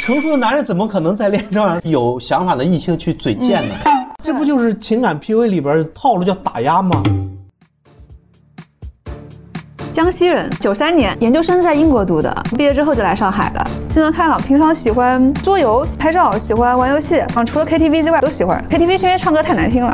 成熟的男人怎么可能在恋上有想法的异性去嘴贱呢？这不就是情感 PUA 里边套路叫打压吗？ 江西人，93年研究生在英国读的，毕业之后就来上海了。性格开朗，平常喜欢桌游、拍照，喜欢玩游戏，除了 KTV 之外都喜欢。KTV 是因为唱歌太难听了。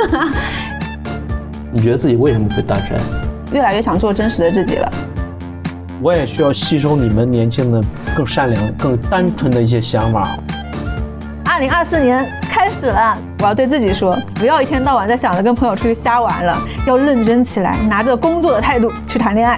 你觉得自己为什么会单身？ 越来越想做真实的自己了。 我也需要吸收你们年轻的、更善良、更单纯的一些想法。 2024年开始了，我要对自己说，不要一天到晚在想着跟朋友出去瞎玩了，要认真起来，拿着工作的态度去谈恋爱。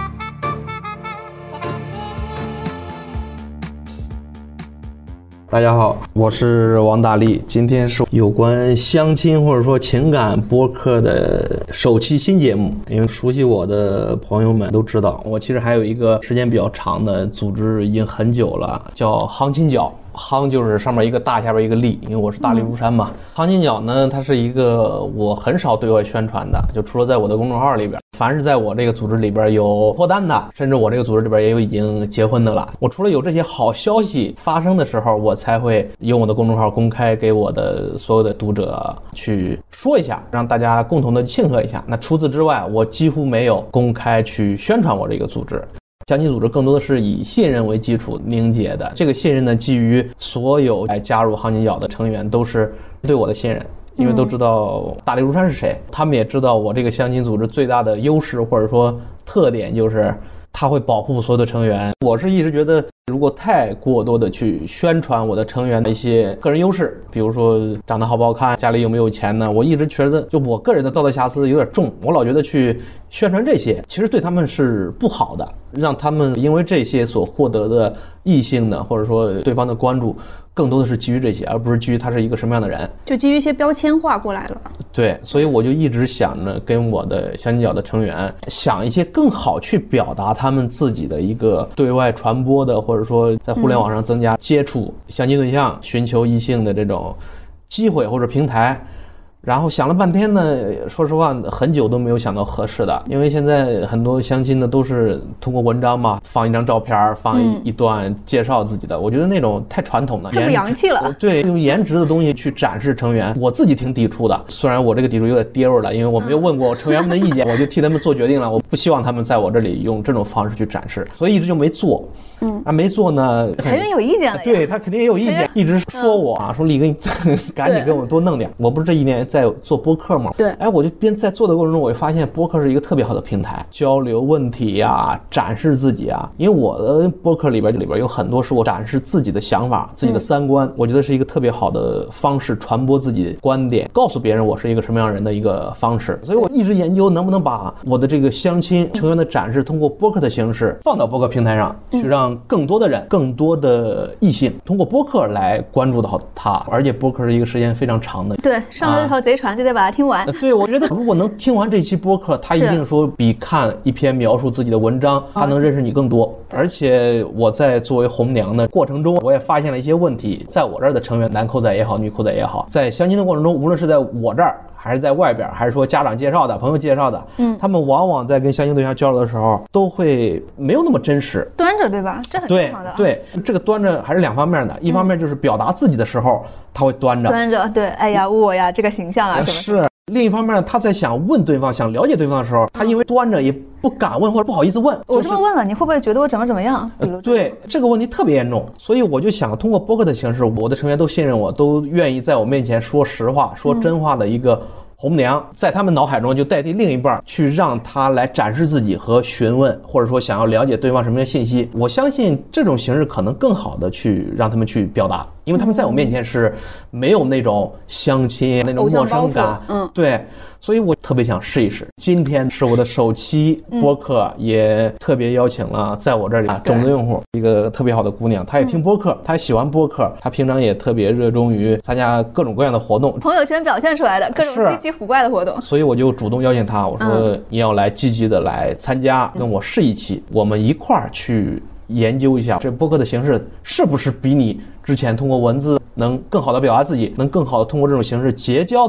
大家好，我是王大力，今天是有关相亲或者说情感播客的首期新节目。因为熟悉我的朋友们都知道，我其实还有一个时间比较长的组织，已经很久了，叫航亲角。夯就是上面一个大下边一个立，因为我是大力如山嘛。航亲角呢，它是一个我很少对外宣传的，就除了在我的公众号里边，凡是在我这个组织里边有脱单的，甚至我这个组织里边也有已经结婚的了。我除了有这些好消息发生的时候，我才会用我的公众号公开给我的所有的读者去说一下，让大家共同的庆贺一下。那除此之外，我几乎没有公开去宣传我这个组织。相亲组织更多的是以信任为基础凝结的，这个信任呢，基于所有来加入航亲角的成员都是对我的信任，因为都知道大力如山是谁，他们也知道我这个相亲组织最大的优势或者说特点就是他会保护所有的成员。我是一直觉得，如果太过多的去宣传我的成员的一些个人优势，比如说长得好不好看，家里有没有钱呢，我一直觉得就我个人的道德瑕疵有点重，我老觉得去宣传这些其实对他们是不好的，让他们因为这些所获得的异性的或者说对方的关注更多的是基于这些，而不是基于他是一个什么样的人， 就基于一些标签化过来了。 对，所以我就一直想着跟我的相亲角的成员想一些更好去表达他们自己的一个对外传播的，或者说在互联网上增加接触相亲对象、寻求异性的这种机会或者平台。然后想了半天呢，说实话很久都没有想到合适的，因为现在很多相亲的都是通过文章嘛，放一张照片，放一段介绍自己的，我觉得那种太传统了， 太不洋气了。 对，用颜值的东西去展示成员，我自己挺抵触的。虽然我这个抵触有点跌味了，因为我没有问过成员们的意见，我就替他们做决定了，我不希望他们在我这里用这种方式去展示，所以一直就没做。没做呢， 成员有意见了呀， 对他肯定也有意见，一直说我啊，说力哥你赶紧给我多弄点。我不是这一年在做播客嘛， 对， 我就边在做的过程中，我就发现播客是一个特别好的平台，交流问题呀，展示自己啊。因为我的播客里边有很多是我展示自己的想法、自己的三观，我觉得是一个特别好的方式，传播自己的观点，告诉别人我是一个什么样人的一个方式。所以我一直研究能不能把我的这个相亲成员的展示通过播客的形式放到播客平台上去，让更多的人、更多的异性通过播客来关注到他，而且播客是一个时间非常长的。 对，上了这条贼船就得把它听完。 对，我觉得如果能听完这期播客，他一定说比看一篇描述自己的文章，他能认识你更多。而且我在作为红娘的过程中，我也发现了一些问题，在我这儿的成员，男扣仔也好，女扣仔也好，在相亲的过程中，无论是在我这儿还是在外边，还是说家长介绍的、朋友介绍的，他们往往在跟相亲对象交流的时候，都会没有那么真实， 端着，对吧？这很正常的。 对，这个端着还是两方面的，一方面就是表达自己的时候，他会端着， 对，哎呀，我呀，这个形象啊，什么是。另一方面，他在想问对方、想了解对方的时候，他因为端着也不敢问或者不好意思问。 我这么问了，你会不会觉得我怎么样？ 对，这个问题特别严重，所以我就想通过播客的形式，我的成员都信任我，都愿意在我面前说实话、说真话的一个红娘，在他们脑海中就代替另一半去让他来展示自己和询问，或者说想要了解对方什么样的信息。我相信这种形式可能更好的去让他们去表达，因为他们在我面前是没有那种相亲那种陌生感。对，所以我特别想试一试。今天是我的首期播客，也特别邀请了在我这里种子用户一个特别好的姑娘，她也听播客，她也喜欢播客，她平常也特别热衷于参加各种各样的活动， 朋友圈表现出来的各种稀奇古怪的活动。 所以我就主动邀请她，我说你要来积极的来参加，跟我试一期，我们一块儿去研究一下这播客的形式是不是比你之前通过文字能更好的表达自己，能更好的通过这种形式结交到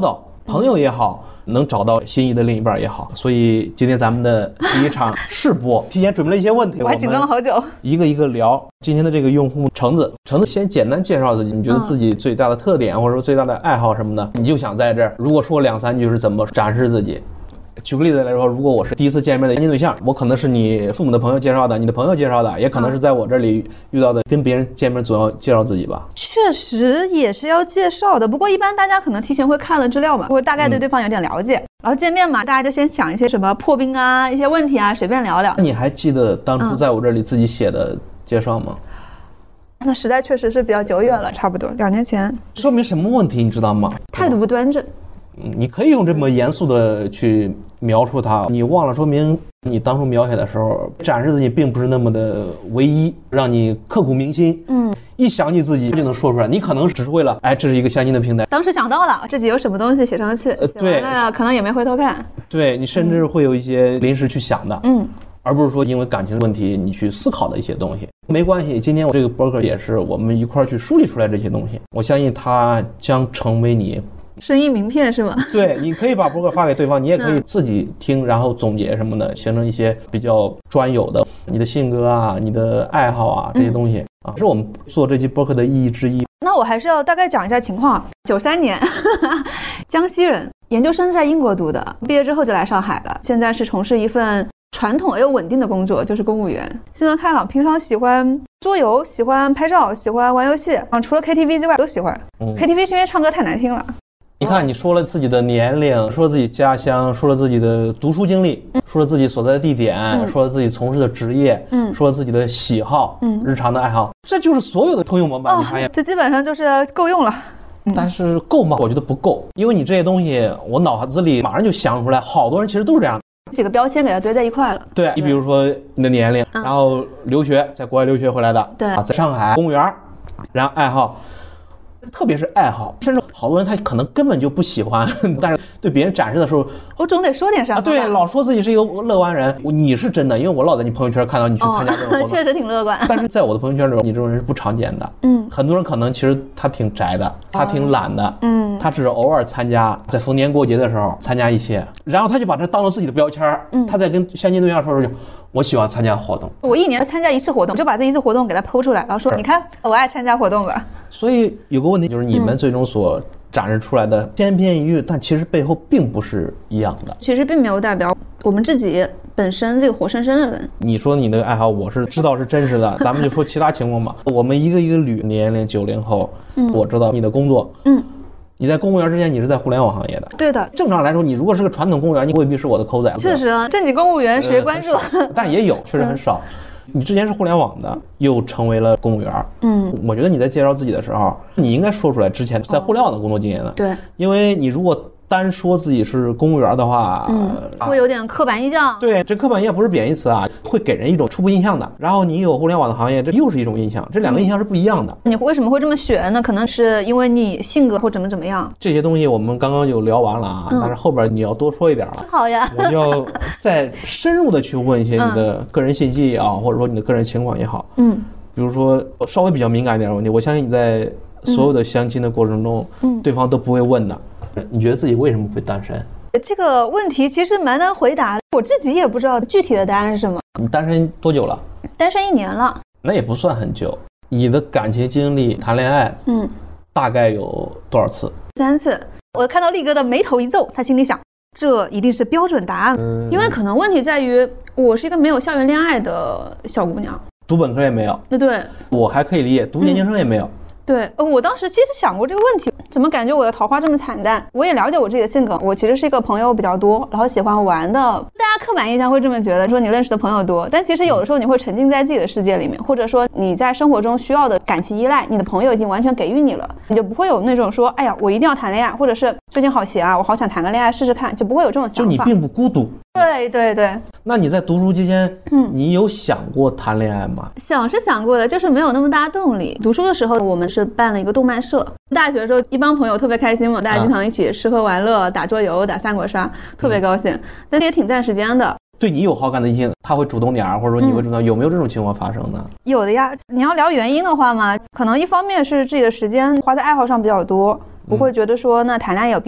朋友也好，能找到心仪的另一半也好。所以今天咱们的第一场试播，提前准备了一些问题， 我还紧张了好久， 一个一个聊。今天的这个用户橙子先简单介绍自己，你觉得自己最大的特点或者说最大的爱好什么的，你就想在这儿，如果说2-3句是怎么展示自己。举个例子来说，如果我是第一次见面的相亲对象，我可能是你父母的朋友介绍的，你的朋友介绍的，也可能是在我这里遇到的，跟别人见面总要介绍自己吧。 确实也是要介绍的，不过一般大家可能提前会看了资料嘛，或者大概对对方有点了解，然后见面嘛，大家就先想一些什么破冰啊，一些问题啊，随便聊聊。 你还记得当初在我这里自己写的介绍吗？ 那时代确实是比较久远了，差不多2年前。 说明什么问题你知道吗？ 态度不端正。 你可以用这么严肃的去描述它，你忘了说明你当初描写的时候展示自己并不是那么的唯一，让你刻骨铭心。一想起自己就能说出来，你可能只是为了这是一个相亲的平台， 当时想到了自己有什么东西写上去，写完了可能也没回头看。 对，你甚至会有一些临时去想的，而不是说因为感情问题你去思考的一些东西。没关系，今天我这个播客也是我们一块去梳理出来这些东西，我相信它将成为你生意名片是吗？对， 你可以把播客发给对方，你也可以自己听，然后总结什么的，形成一些比较专有的你的性格啊、你的爱好啊这些东西啊，是我们做这期播客的意义之一。 那我还是要大概讲一下情况。93年，江西人，研究生在英国读的，毕业之后就来上海了，现在是从事一份传统而又稳定的工作，就是公务员。性格开朗，平常喜欢桌游，喜欢拍照，喜欢玩游戏，除了 KTV 之外都喜欢。KTV 是因为唱歌太难听了。 你看，你说了自己的年龄，说了自己家乡，说了自己的读书经历，说了自己所在的地点，说了自己从事的职业，说了自己的喜好，日常的爱好，这就是所有的通用模板。你发现， 这基本上就是够用了。 但是够吗？我觉得不够，因为你这些东西，我脑子里马上就想出来，好多人其实都是这样， 几个标签给它堆在一块了。 对，你比如说你的年龄，然后留学，在国外留学回来的， 对， 在上海公务员，然后爱好。特别是爱好，甚至好多人他可能根本就不喜欢，但是对别人展示的时候， 我总得说点啥。 对，老说自己是一个乐观人，你是真的，因为我老在你朋友圈看到你去参加这种活动， 确实挺乐观。 但是在我的朋友圈里，你这种人是不常见的。很多人可能其实他挺宅的，他挺懒的，他只是偶尔参加，在逢年过节的时候参加一些，然后他就把这当做自己的标签。他在跟相亲对象说，我喜欢参加活动， 我1年参加1次活动，就把这1次活动给他剖出来，然后说，你看我爱参加活动吧。 所以有个问题就是，你们最终所展示出来的千篇一律，但其实背后并不是一样的。 其实并没有代表我们自己本身这个活生生的人。 你说你的爱好，我是知道是真实的，咱们就说其他情况吧。我们一个一个捋，年龄90后，我知道你的工作，你在公务员之前，你是在互联网行业的。 对的。 正常来说，你如果是个传统公务员，你未必是我的抠仔。 确实啊，正经公务员谁关注？ 但也有，确实很少。你之前是互联网的，又成为了公务员。我觉得你在介绍自己的时候，你应该说出来之前在互联网的工作经验的。 对， 因为你如果单说自己是公务员的话， 会有点刻板印象。 对，这刻板印象不是贬义词啊，会给人一种初步印象的。然后你有互联网的行业，这又是一种印象，这两个印象是不一样的。 你为什么会这么选呢？可能是因为你性格或怎么样。 这些东西我们刚刚就聊完了啊，但是后边你要多说一点了。 好呀， 我就要再深入的去问一些你的个人信息也好，或者说你的个人情况也好。比如说稍微比较敏感一点的问题，我相信你在所有的相亲的过程中，对方都不会问的。你觉得自己为什么会单身？ 这个问题其实蛮难回答的，我自己也不知道具体的答案是什么。 你单身多久了？ 单身1年了。 那也不算很久。你的感情经历，谈恋爱，大概有多少次 ？3次。我看到力哥的眉头一皱，他心里想，这一定是标准答案。因为可能问题在于，我是一个没有校园恋爱的小姑娘， 读本科也没有。 对， 我还可以理解，读研究生也没有。 对，我当时其实想过这个问题，怎么感觉我的桃花这么惨淡？我也了解我自己的性格，我其实是一个朋友比较多，然后喜欢玩的。大家刻板印象会这么觉得，说你认识的朋友多，但其实有的时候你会沉浸在自己的世界里面，或者说你在生活中需要的感情依赖，你的朋友已经完全给予你了，你就不会有那种说，哎呀，我一定要谈恋爱，或者是最近好闲啊，我好想谈个恋爱试试看，就不会有这种想法。 就你并不孤独。 对对对。 那你在读书期间，你有想过谈恋爱吗？ 想是想过的，就是没有那么大动力。读书的时候，我们是办了一个动漫社。大学的时候，一帮朋友特别开心嘛，大家经常一起吃喝玩乐，打桌游，打三国杀，特别高兴。但也挺占时间的。对你有好感的异性，他会主动点，或者说你会主动，有没有这种情况发生呢？ 有的呀。你要聊原因的话嘛，可能一方面是自己的时间花在爱好上比较多，不会觉得说那谈恋爱有必要。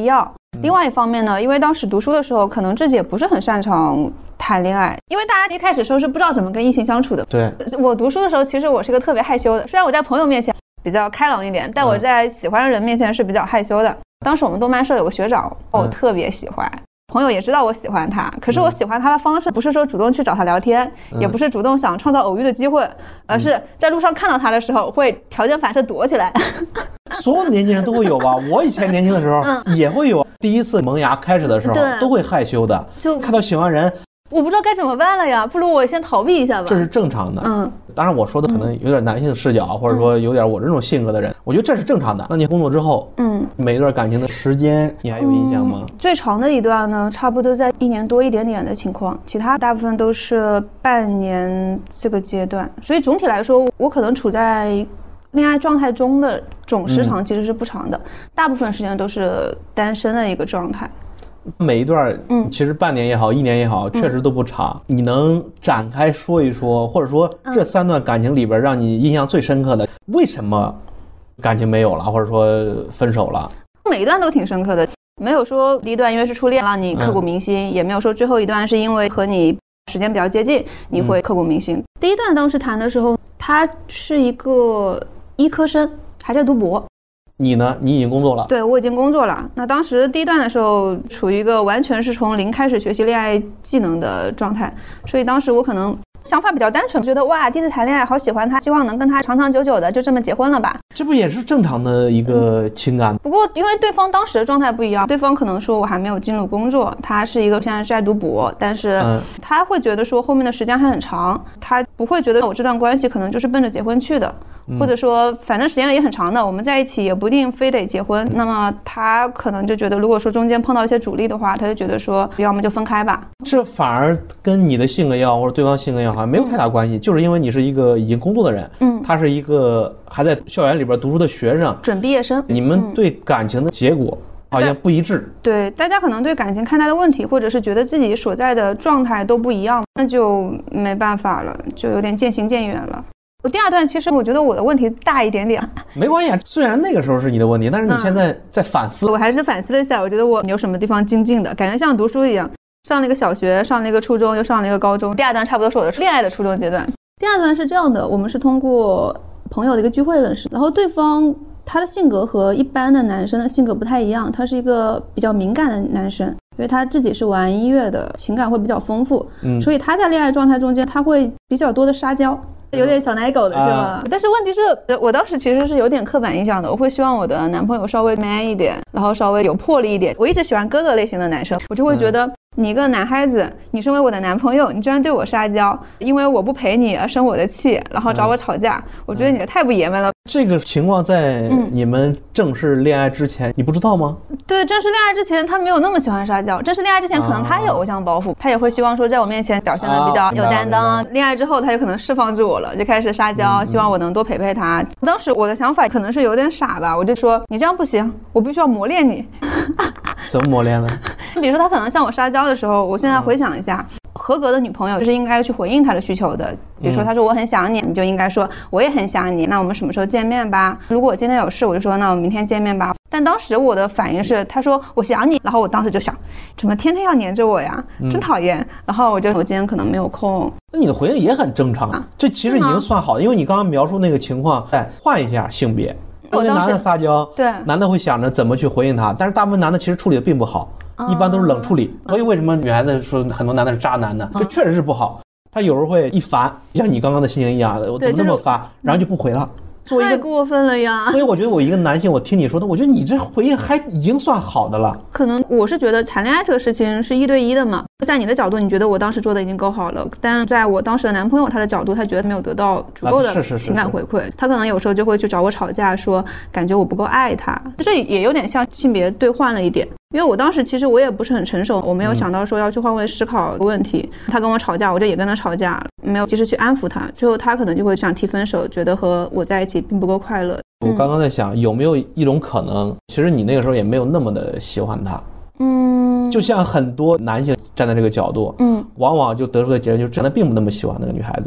另外一方面呢，因为当时读书的时候，可能自己也不是很擅长谈恋爱，因为大家一开始时候是不知道怎么跟异性相处的。 对， 我读书的时候，其实我是个特别害羞的，虽然我在朋友面前比较开朗一点，但我在喜欢的人面前是比较害羞的。当时我们动漫社有个学长，我特别喜欢。朋友也知道我喜欢他，可是我喜欢他的方式不是说主动去找他聊天，也不是主动想创造偶遇的机会，而是在路上看到他的时候会条件反射躲起来。 所有的年轻人都会有吧？我以前年轻的时候也会有，第一次萌芽开始的时候都会害羞的，就看到喜欢人， 我不知道该怎么办了呀，不如我先逃避一下吧。这是正常的。当然我说的可能有点男性视角，或者说有点我这种性格的人，我觉得这是正常的。那你工作之后，每一段感情的时间你还有印象吗？ 最长的一段呢，差不多在1年多一点点的情况，其他大部分都是半年这个阶段。所以总体来说，我可能处在恋爱状态中的总时长其实是不长的，大部分时间都是单身的一个状态。 每一段其实半年也好，1年也好，确实都不长。你能展开说一说，或者说这3段感情里边让你印象最深刻的，为什么感情没有了，或者说分手了？ 每一段都挺深刻的，没有说第一段因为是初恋让你刻骨铭心，也没有说最后一段是因为和你时间比较接近你会刻骨铭心。第一段当时谈的时候，他是一个医科生，还在读博。 你呢？你已经工作了？ 对，我已经工作了。那当时第一段的时候，处于一个完全是从零开始学习恋爱技能的状态，所以当时我可能想法比较单纯，觉得哇，第一次谈恋爱，好喜欢他，希望能跟他长长久久的就这么结婚了吧。 这不也是正常的一个情感？ 不过因为对方当时的状态不一样，对方可能说我还没有进入工作，他是一个现在是在读博，但是他会觉得说后面的时间还很长，他不会觉得我这段关系可能就是奔着结婚去的。或者说反正时间也很长的，我们在一起也不一定非得结婚，那么他可能就觉得如果说中间碰到一些阻力的话，他就觉得说要么就分开吧。 这反而跟你的性格也好，或者对方性格也好没有太大关系，就是因为你是一个已经工作的人，他是一个还在校园里边读书的学生， 准毕业生， 你们对感情的结果好像不一致。 对，大家可能对感情看待的问题，或者是觉得自己所在的状态都不一样，那就没办法了，就有点渐行渐远了。我第二段其实我觉得我的问题大一点点， 没关系啊，虽然那个时候是你的问题，但是你现在在反思。 我还是反思了一下，我觉得我有什么地方精进的，感觉像读书一样，上了一个小学，上了一个初中，又上了一个高中。第二段差不多是我的恋爱的初中阶段。第二段是这样的，我们是通过朋友的一个聚会认识，然后对方他的性格和一般的男生的性格不太一样，他是一个比较敏感的男生，因为他自己是玩音乐的，情感会比较丰富，所以他在恋爱状态中间他会比较多的撒娇，有点小奶狗的是吗？但是问题是我当时其实是有点刻板印象的，我会希望我的男朋友稍微 man 一点，然后稍微有魄力一点。我一直喜欢哥哥类型的男生，我就会觉得你一个男孩子，你身为我的男朋友，你居然对我撒娇，因为我不陪你而生我的气，然后找我吵架，我觉得你太不爷们了。 这个情况在你们正式恋爱之前你不知道吗？ 对，正式恋爱之前他没有那么喜欢撒娇，正式恋爱之前可能他有偶像包袱，他也会希望说在我面前表现得比较有担当，恋爱之后他就可能释放自我了，就开始撒娇，希望我能多陪陪他。当时我的想法可能是有点傻吧，我就说你这样不行，我必须要磨练你。 怎么磨练呢？ 比如说他可能向我撒娇的时候，我现在回想一下，合格的女朋友就是应该去回应他的需求的。比如说他说我很想你，你就应该说我也很想你，那我们什么时候见面吧？如果我今天有事，我就说那我们明天见面吧。但当时我的反应是他说我想你，然后我当时就想怎么天天要黏着我呀，真讨厌。然后我今天可能没有空。 那你的回应也很正常，这其实已经算好的，因为你刚刚描述那个情况，换一下性别，因为男的撒娇， 对， 男的会想着怎么去回应他，但是大部分男的其实处理的并不好，一般都是冷处理。所以为什么女孩子说很多男的是渣男呢？这确实是不好。他有时候会一烦，像你刚刚的心情一样，我怎么那么烦，然后就不回了。 太过分了呀！ 所以我觉得我一个男性，我听你说的，我觉得你这回应还已经算好的了。 可能我是觉得谈恋爱这个事情是1对1的嘛，在你的角度，你觉得我当时做的已经够好了，但是在我当时的男朋友他的角度，他觉得没有得到足够的情感回馈，他可能有时候就会去找我吵架，说感觉我不够爱他，这也有点像性别兑换了一点。因为我当时其实我也不是很成熟，我没有想到说要去换位思考问题。他跟我吵架，我就也跟他吵架，没有及时去安抚他，最后他可能就会想提分手，觉得和我在一起并不够快乐。 我刚刚在想，有没有一种可能，其实你那个时候也没有那么的喜欢他。就像很多男性站在这个角度，往往就得出的结论就是真的并不那么喜欢那个女孩子。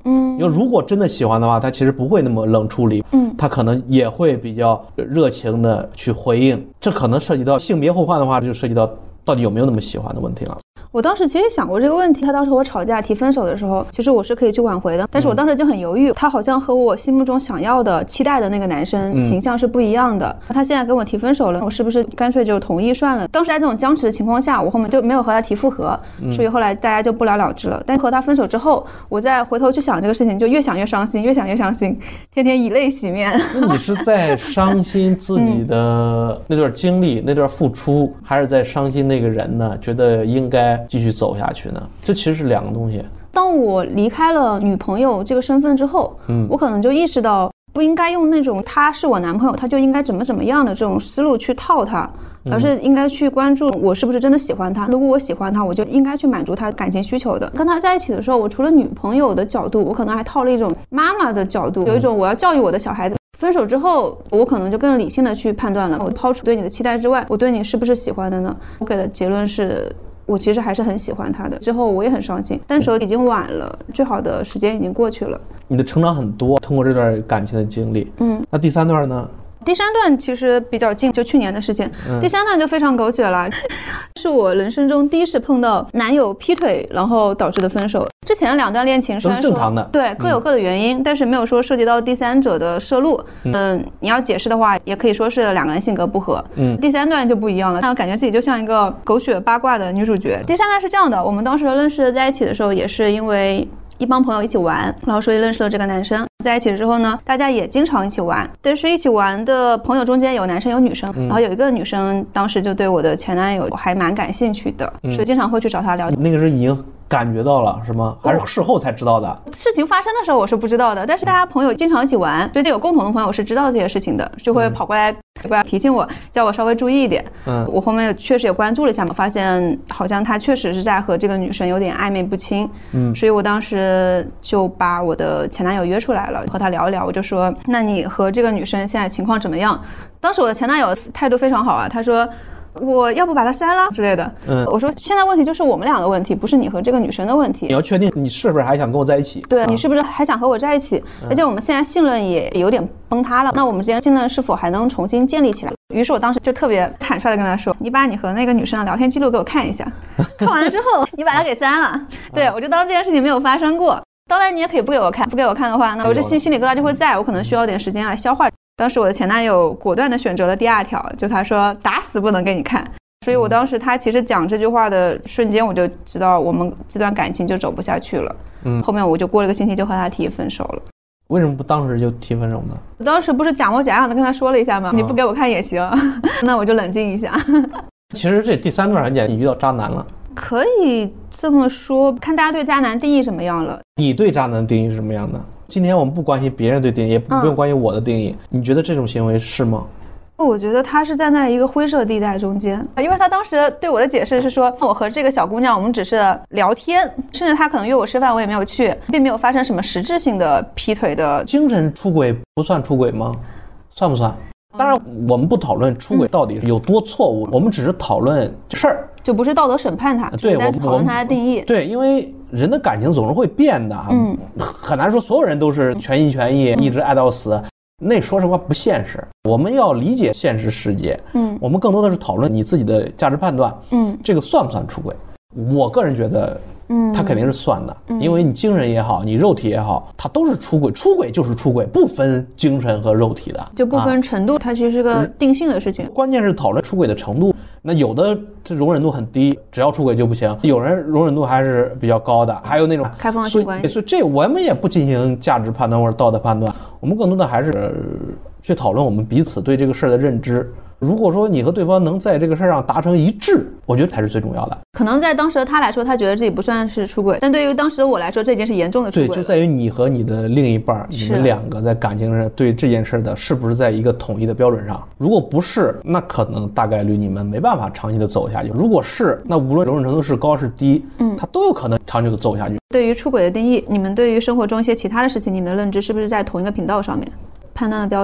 因为如果真的喜欢的话，他其实不会那么冷处理，他可能也会比较热情的去回应。这可能涉及到性别互换的话，就涉及到底有没有那么喜欢的问题了。 我当时其实想过这个问题，他当时和我吵架提分手的时候，其实我是可以去挽回的，但是我当时就很犹豫，他好像和我心目中想要的、期待的那个男生形象是不一样的。他现在跟我提分手了，我是不是干脆就同意算了？当时在这种僵持的情况下，我后面就没有和他提复合，所以后来大家就不了了之了。但和他分手之后，我再回头去想这个事情，就越想越伤心，越想越伤心，天天以泪洗面。 那你是在伤心自己的那段经历、那段付出，还是在伤心那个人呢？觉得应该继续走下去呢？这其实是两个东西。 当我离开了女朋友这个身份之后，我可能就意识到不应该用那种他是我男朋友他就应该怎么样的这种思路去套他，而是应该去关注我是不是真的喜欢他。如果我喜欢他，我就应该去满足他感情需求的。跟他在一起的时候，我除了女朋友的角度，我可能还套了一种妈妈的角度，有一种我要教育我的小孩子。分手之后，我可能就更理性的去判断了，我抛除对你的期待之外，我对你是不是喜欢的呢？我给的结论是我其实还是很喜欢他的。之后我也很伤心，但是已经晚了，最好的时间已经过去了。 你的成长很多，通过这段感情的经历。那第三段呢？ 第三段其实比较近，就去年的事情。第三段就非常狗血了，是我人生中第一次碰到男友劈腿，然后导致的分手。之前的两段恋情虽然说正常的， 对，各有各的原因，但是没有说涉及到第三者的涉入。你要解释的话，也可以说是两个人性格不合。第三段就不一样了，让我感觉自己就像一个狗血八卦的女主角。第三段是这样的，我们当时认识在一起的时候，也是因为一帮朋友一起玩，然后所以认识了这个男生。在一起之后呢，大家也经常一起玩，但是一起玩的朋友中间有男生有女生，然后有一个女生当时就对我的前男友还蛮感兴趣的，所以经常会去找他聊天。 那个是已经感觉到了是吗？还是事后才知道的？ 事情发生的时候我是不知道的，但是大家朋友经常一起玩，所以就有共同的朋友是知道这些事情的，就会跑过来提醒我，叫我稍微注意一点。我后面确实也关注了一下嘛，发现好像他确实是在和这个女生有点暧昧不清。所以我当时就把我的前男友约出来了，和他聊一聊。我就说，那你和这个女生现在情况怎么样？当时我的前男友态度非常好啊，他说我要不把他删了之类的。我说现在问题就是我们俩的问题，不是你和这个女生的问题。 你要确定你是不是还想跟我在一起？ 对，你是不是还想和我在一起？而且我们现在信任也有点崩塌了，那我们之间信任是否还能重新建立起来？于是我当时就特别坦率的跟他说，你把你和那个女生的聊天记录给我看一下，看完了之后你把她给删了。对，我就当这件事情没有发生过。当然你也可以不给我看，不给我看的话，那我这心理疙瘩就会在，我可能需要点时间来消化。当时我的前男友果断的选择了第二条，就他说打死不能给你看。所以我当时他其实讲这句话的瞬间，我就知道我们这段感情就走不下去了。后面我就过了个星期就和他提分手了。 为什么不当时就提分手呢？ 我当时不是假模假样的跟他说了一下吗？你不给我看也行。那我就冷静一下。 其实这第三段很简单，你遇到渣男了。 可以这么说，看大家对渣男定义什么样了。 你对渣男定义是什么样的？今天我们不关心别人对定义，也不用关心我的定义。你觉得这种行为是吗？ 我觉得他是站在一个灰色地带中间，因为他当时对我的解释是说，我和这个小姑娘我们只是聊天，甚至他可能约我吃饭我也没有去，并没有发生什么实质性的劈腿的。 精神出轨不算出轨吗？算不算？当然我们不讨论出轨到底有多错误，我们只是讨论事儿， 就不是道德审判他， 对， 但是讨论他的定义。 对，因为人的感情总是会变的，很难说所有人都是全心全意一直爱到死，那说实话不现实。我们要理解现实世界，我们更多的是讨论你自己的价值判断，这个算不算出轨？我个人觉得它肯定是算的，因为你精神也好，你肉体也好，它都是出轨，出轨就是出轨，不分精神和肉体的， 就不分程度，它其实是个定性的事情。 关键是讨论出轨的程度，那有的这容忍度很低，只要出轨就不行；有人容忍度还是比较高的，还有那种开放的性关系。 所以这我们也不进行价值判断或者道德判断，我们更多的还是去讨论我们彼此对这个事儿的认知。如果说你和对方能在这个事儿上达成一致，我觉得才是最重要的。 可能在当时的他来说，他觉得自己不算是出轨，但对于当时的我来说，这已经是严重的出轨了。 对，就在于你和你的另一半，你们两个在感情上对这件事的是不是在一个统一的标准上。如果不是，那可能大概率你们没办法长期的走下去。如果是，那无论容忍程度是高是低，它都有可能长久的走下去。 对于出轨的定义，你们对于生活中一些其他的事情，你们的认知是不是在同一个频道上面判断的标准？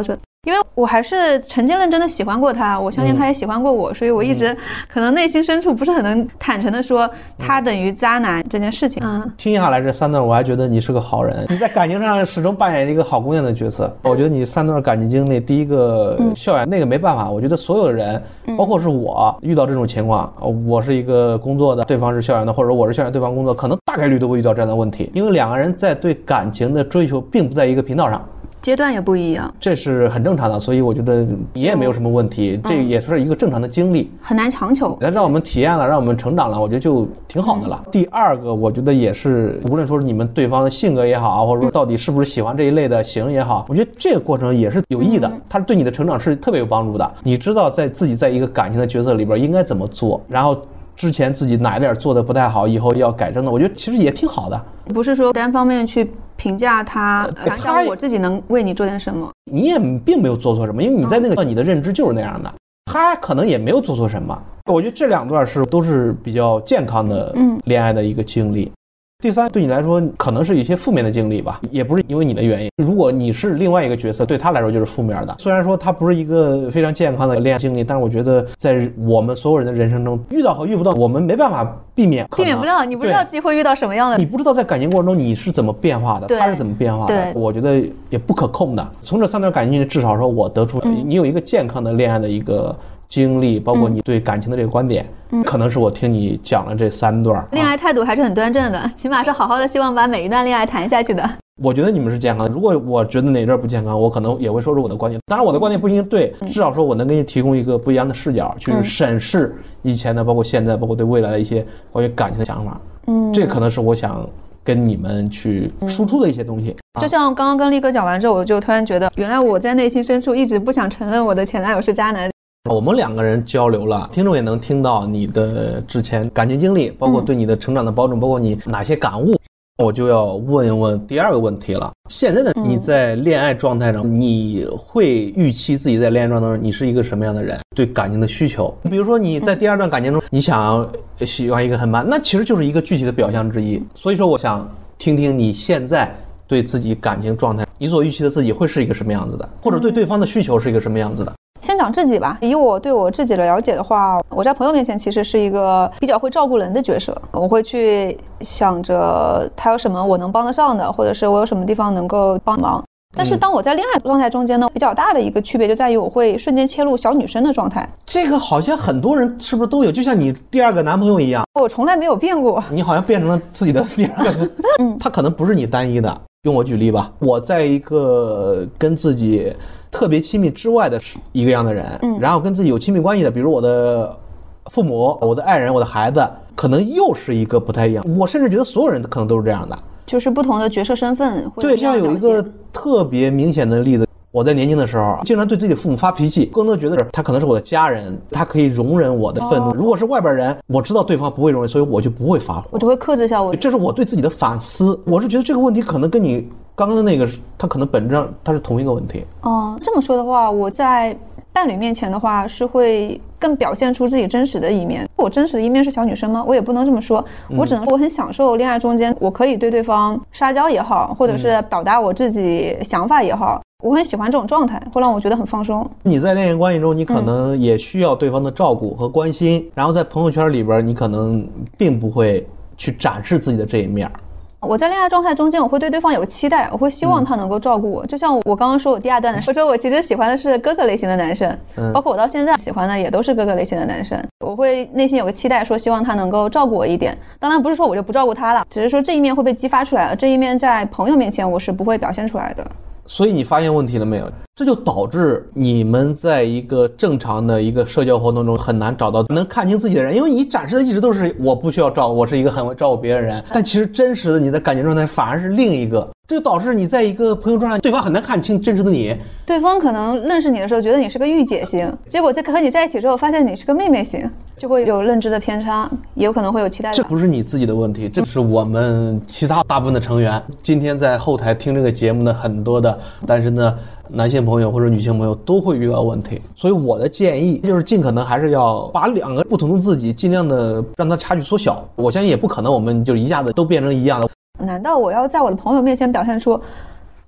因为我还是曾经认真的喜欢过他，我相信他也喜欢过我，所以我一直可能内心深处不是很能坦诚的说他等于渣男这件事情。 听下来这3段，我还觉得你是个好人，你在感情上始终扮演一个好姑娘的角色。我觉得你3段感情经历，第一个校园那个没办法，我觉得所有人，包括是我遇到这种情况，我是一个工作的，对方是校园的，或者我是校园对方工作，可能大概率都会遇到这样的问题，因为2个人在对感情的追求并不在一个频道上。 阶段也不一样， 这是很正常的，所以我觉得你也没有什么问题，这也是一个正常的经历， 很难强求。 让我们体验了，让我们成长了，我觉得就挺好的了。第二个，我觉得也是，无论说是你们对方的性格也好，或者说到底是不是喜欢这一类的型也好，我觉得这个过程也是有益的，它对你的成长是特别有帮助的。你知道在自己在一个感情的角色里边应该怎么做，然后之前自己哪一点做的不太好，以后要改正的，我觉得其实也挺好的。 不是说单方面去评价他，想想我自己能为你做点什么。 你也并没有做错什么，因为你在那个你的认知就是那样的，他可能也没有做错什么。我觉得这2段都是比较健康的恋爱的一个经历。第3，对你来说可能是一些负面的经历吧，也不是因为你的原因。如果你是另外一个角色，对他来说就是负面的。虽然说他不是一个非常健康的恋爱经历，但是我觉得在我们所有人的人生中，遇到和遇不到，我们没办法避免不了。你不知道自己会遇到什么样的， 你不知道在感情过程中你是怎么变化的，他是怎么变化的，我觉得也不可控的。从这3段感情经历，至少说我得出你有一个健康的恋爱的一个经历，包括你对感情的这个观点，可能是我听你讲了这3段， 恋爱态度还是很端正的，起码是好好的希望把每一段恋爱谈下去的。 我觉得你们是健康的，如果我觉得哪段不健康，我可能也会说出我的观点。当然我的观点不一定对，至少说我能给你提供一个不一样的视角，去审视以前的，包括现在，包括对未来的一些关于感情的想法。这可能是我想跟你们去输出的一些东西。 就像刚刚跟力哥讲完之后，我就突然觉得，原来我在内心深处一直不想承认我的前男友是渣男。 我们2个人交流了，听众也能听到你的之前感情经历，包括对你的成长的包容，包括你哪些感悟。我就要问一问第2个问题了。现在的你在恋爱状态上，你会预期自己在恋爱状态中你是一个什么样的人，对感情的需求？比如说你在第2段感情中，你想喜欢一个很慢，那其实就是一个具体的表象之一。所以说我想听听你现在对自己感情状态，你所预期的自己会是一个什么样子的，或者对对方的需求是一个什么样子的。 先讲自己吧，以我对我自己的了解的话，我在朋友面前其实是一个比较会照顾人的角色，我会去想着他有什么我能帮得上的，或者是我有什么地方能够帮忙。但是当我在恋爱状态中间呢，比较大的一个区别就在于我会瞬间切入小女生的状态。 这个好像很多人是不是都有，就像你第2个男朋友一样。 我从来没有变过， 你好像变成了自己的第2个他可能不是你单一的。用我举例吧，我在一个跟自己特别亲密之外的一个样的人，然后跟自己有亲密关系的，比如我的父母、我的爱人、我的孩子，可能又是一个不太一样。我甚至觉得所有人可能都是这样的， 就是不同的角色身份。 对，这样有一个特别明显的例子，我在年轻的时候经常对自己的父母发脾气，更多觉得他可能是我的家人，他可以容忍我的愤怒。如果是外边人，我知道对方不会容忍，所以我就不会发火， 我就会克制下我。 这是我对自己的反思。我是觉得这个问题可能跟你刚刚的那个，它可能本质上它是同一个问题。 这么说的话，我在伴侣面前的话是会更表现出自己真实的一面。我真实的一面是小女生吗？我也不能这么说，我只能说我很享受恋爱中间我可以对对方撒娇也好，或者是表达我自己想法也好，我很喜欢这种状态，会让我觉得很放松。 你在恋爱关系中，你可能也需要对方的照顾和关心，然后在朋友圈里边，你可能并不会去展示自己的这一面。 我在恋爱状态中间，我会对对方有个期待，我会希望他能够照顾我。就像我刚刚说我第2段的时候，我说我其实喜欢的是哥哥类型的男生，包括我到现在喜欢的也都是哥哥类型的男生。我会内心有个期待，说希望他能够照顾我一点。当然不是说我就不照顾他了，只是说这一面会被激发出来了，这一面在朋友面前我是不会表现出来的。 所以你发现问题了没有？这就导致你们在一个正常的一个社交活动中很难找到能看清自己的人，因为你展示的一直都是我不需要照顾，我是一个很会照顾别人的人，但其实真实的你的感情状态反而是另一个，这就导致你在一个朋友状态，对方很难看清真实的你。 对方可能认识你的时候觉得你是个御姐型，结果和你在一起之后发现你是个妹妹型，就会有认知的偏差，也有可能会有期待感。 这不是你自己的问题，这是我们其他大部分的成员今天在后台听这个节目的很多的单身的男性朋友或者女性朋友都会遇到问题。所以我的建议就是尽可能还是要把2个不同的自己尽量的让它差距缩小。我相信也不可能我们就一下子都变成一样的。 难道我要在我的朋友面前表现出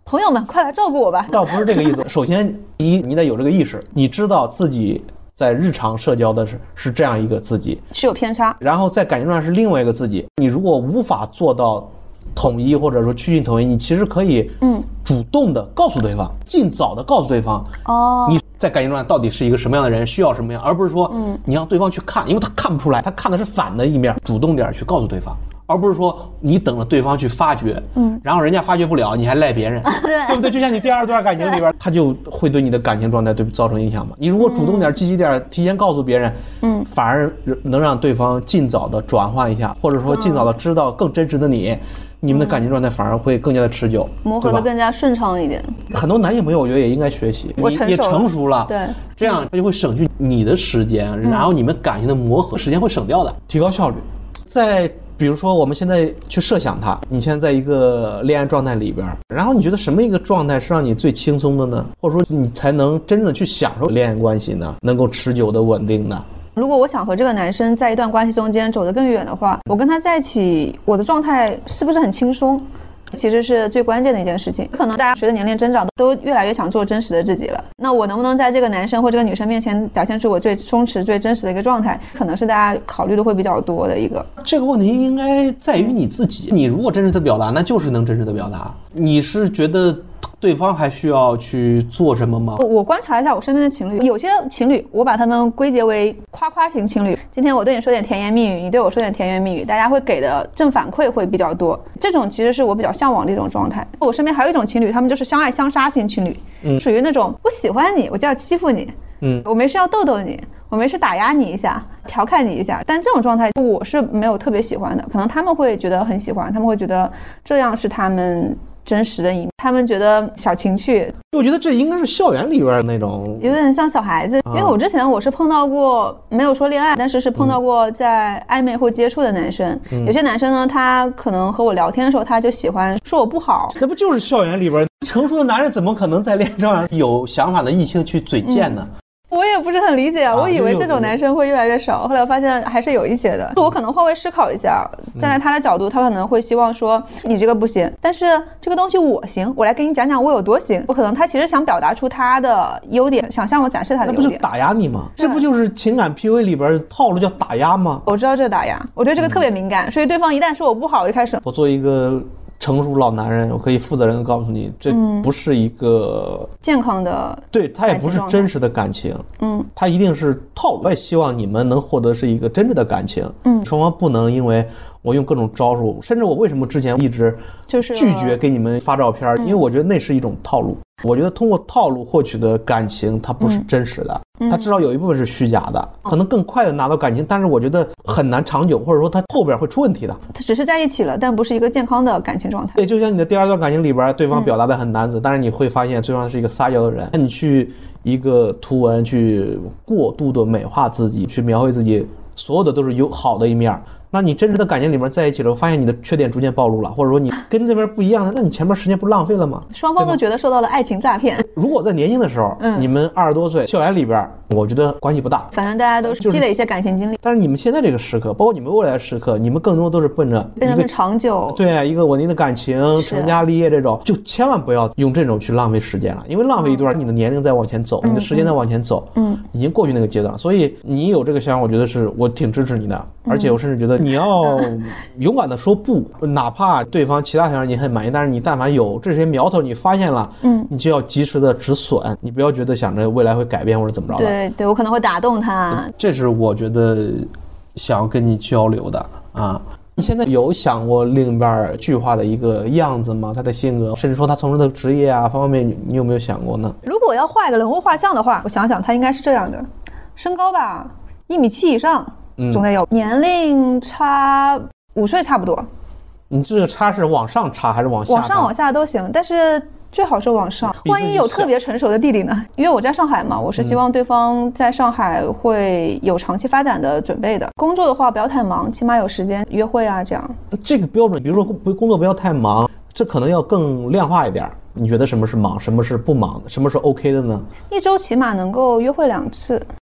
朋友们快来照顾我吧。 倒不是这个意思。首先，第一，你得有这个意识，你知道自己在日常社交的是这样一个自己， 是有偏差， 然后在感情上是另外一个自己。你如果无法做到统一，或者说趋近统一，你其实可以主动的告诉对方，尽早的告诉对方，你在感情中到底是一个什么样的人，需要什么样，而不是说你让对方去看，因为他看不出来，他看的是反的一面，主动点去告诉对方。而不是说你等着对方去发掘，然后人家发掘不了，你还赖别人，对不对？就像你第二段感情里边，他就会对你的感情状态造成影响嘛。你如果主动点、积极点，提前告诉别人，反而能让对方尽早的转换一下，或者说尽早的知道更真实的你，你们的感情状态反而会更加的持久， 磨合的更加顺畅一点。 很多男性朋友我觉得也应该学习， 我也成熟了， 对， 这样他就会省去你的时间，然后你们感情的磨合时间会省掉的，提高效率。在比如说我们现在去设想你现在在一个恋爱状态里边，然后你觉得什么一个状态是让你最轻松的呢？或者说你才能真正的去享受恋爱关系呢？能够持久的稳定呢？ 如果我想和这个男生在一段关系中间走得更远的话，我跟他在一起，我的状态是不是很轻松？其实是最关键的一件事情。可能大家随着年龄增长都越来越想做真实的自己了，那我能不能在这个男生或这个女生面前表现出我最松弛最真实的一个状态，可能是大家考虑的会比较多的一个。 这个问题应该在于你自己，你如果真实的表达，那就是能真实的表达。你是觉得对方还需要去做什么吗？ 我观察一下我身边的情侣，有些情侣我把他们归结为夸夸型情侣。今天我对你说点甜言蜜语，你对我说点甜言蜜语，大家会给的正反馈会比较多，这种其实是我比较向往的一种状态。我身边还有一种情侣，他们就是相爱相杀型情侣，属于那种我喜欢你我就要欺负你，我没事要逗逗你，我没事打压你一下，调侃你一下，但这种状态我是没有特别喜欢的。可能他们会觉得很喜欢，他们会觉得这样是他们真实的一面，他们觉得小情趣。 我觉得这应该是校园里边那种， 有点像小孩子。因为我之前我是碰到过，没有说恋爱，但是碰到过在暧昧或接触的男生。有些男生呢，他可能和我聊天的时候，他就喜欢说我不好。 那不就是校园里边成熟的男人怎么可能在恋爱上有想法的异性去嘴贱呢？ 我也不是很理解，我以为这种男生会越来越少，后来我发现还是有一些的。我可能换位思考一下，站在他的角度，他可能会希望说你这个不行，但是这个东西我行，我来给你讲讲我有多行。我可能他其实想表达出他的优点，想向我展示他的优点。 那不就是打压你吗？这不就是情感 PUA 里边套路叫打压吗？ 我知道这打压，我对这个特别敏感，所以对方一旦说我不好，我就开始。 我作为一个成熟老男人，我可以负责任的告诉你，这不是一个健康的， 对，他也不是真实的感情，他一定是套路。我也希望你们能获得是一个真正的感情，双方不能因为我用各种招数，甚至我为什么之前一直就是拒绝给你们发照片，因为我觉得那是一种套路。我觉得通过套路获取的感情，它不是真实的，它至少有一部分是虚假的，可能更快的拿到感情，但是我觉得很难长久，或者说它后边会出问题的。 它只是在一起了，但不是一个健康的感情状态。 对，就像你的第二段感情里边，对方表达的很男子，但是你会发现对方是一个撒娇的人，那你去一个图文去过度的美化自己，去描绘自己所有的都是有好的一面，那你真实的感情里面在一起了，发现你的缺点逐渐暴露了，或者说你跟这边不一样的，那你前面时间不浪费了吗？ 双方都觉得受到了爱情诈骗。 如果在年轻的时候，你们20多岁，校园里边，我觉得关系不大， 反正大家都是积累一些感情经历。 但是你们现在这个时刻，包括你们未来的时刻，你们更多都是奔着变得更长久， 对，一个稳定的感情，成家立业这种，就千万不要用这种去浪费时间了，因为浪费一段，你的年龄在往前走，你的时间在往前走，已经过去那个阶段了。所以你有这个想法，我觉得是我挺支持你的，而且我甚至觉得你要勇敢的说不，哪怕对方其他条件你很满意，但是你但凡有这些苗头你发现了，你就要及时的止损，你不要觉得想着未来会改变或者怎么着的。 对对，我可能会打动他。 这是我觉得想要跟你交流的啊。你现在有想过另一半具化的一个样子吗？他的性格，甚至说他从事的职业啊方方面面，你有没有想过呢？ 如果我要画一个人物画像的话，我想想他应该是这样的，身高吧1.7米以上，总得有，年龄差5岁差不多。 你这个差是往上差还是往下？ 往上往下都行，但是最好是往上。万一有特别成熟的弟弟呢？因为我在上海嘛，我是希望对方在上海会有长期发展的准备的。工作的话不要太忙，起码有时间约会啊这样。 这个标准，比如说工作不要太忙，这可能要更量化一点。你觉得什么是忙，什么是不忙，什么是 OK 的呢？ 1周起码能够约会2次。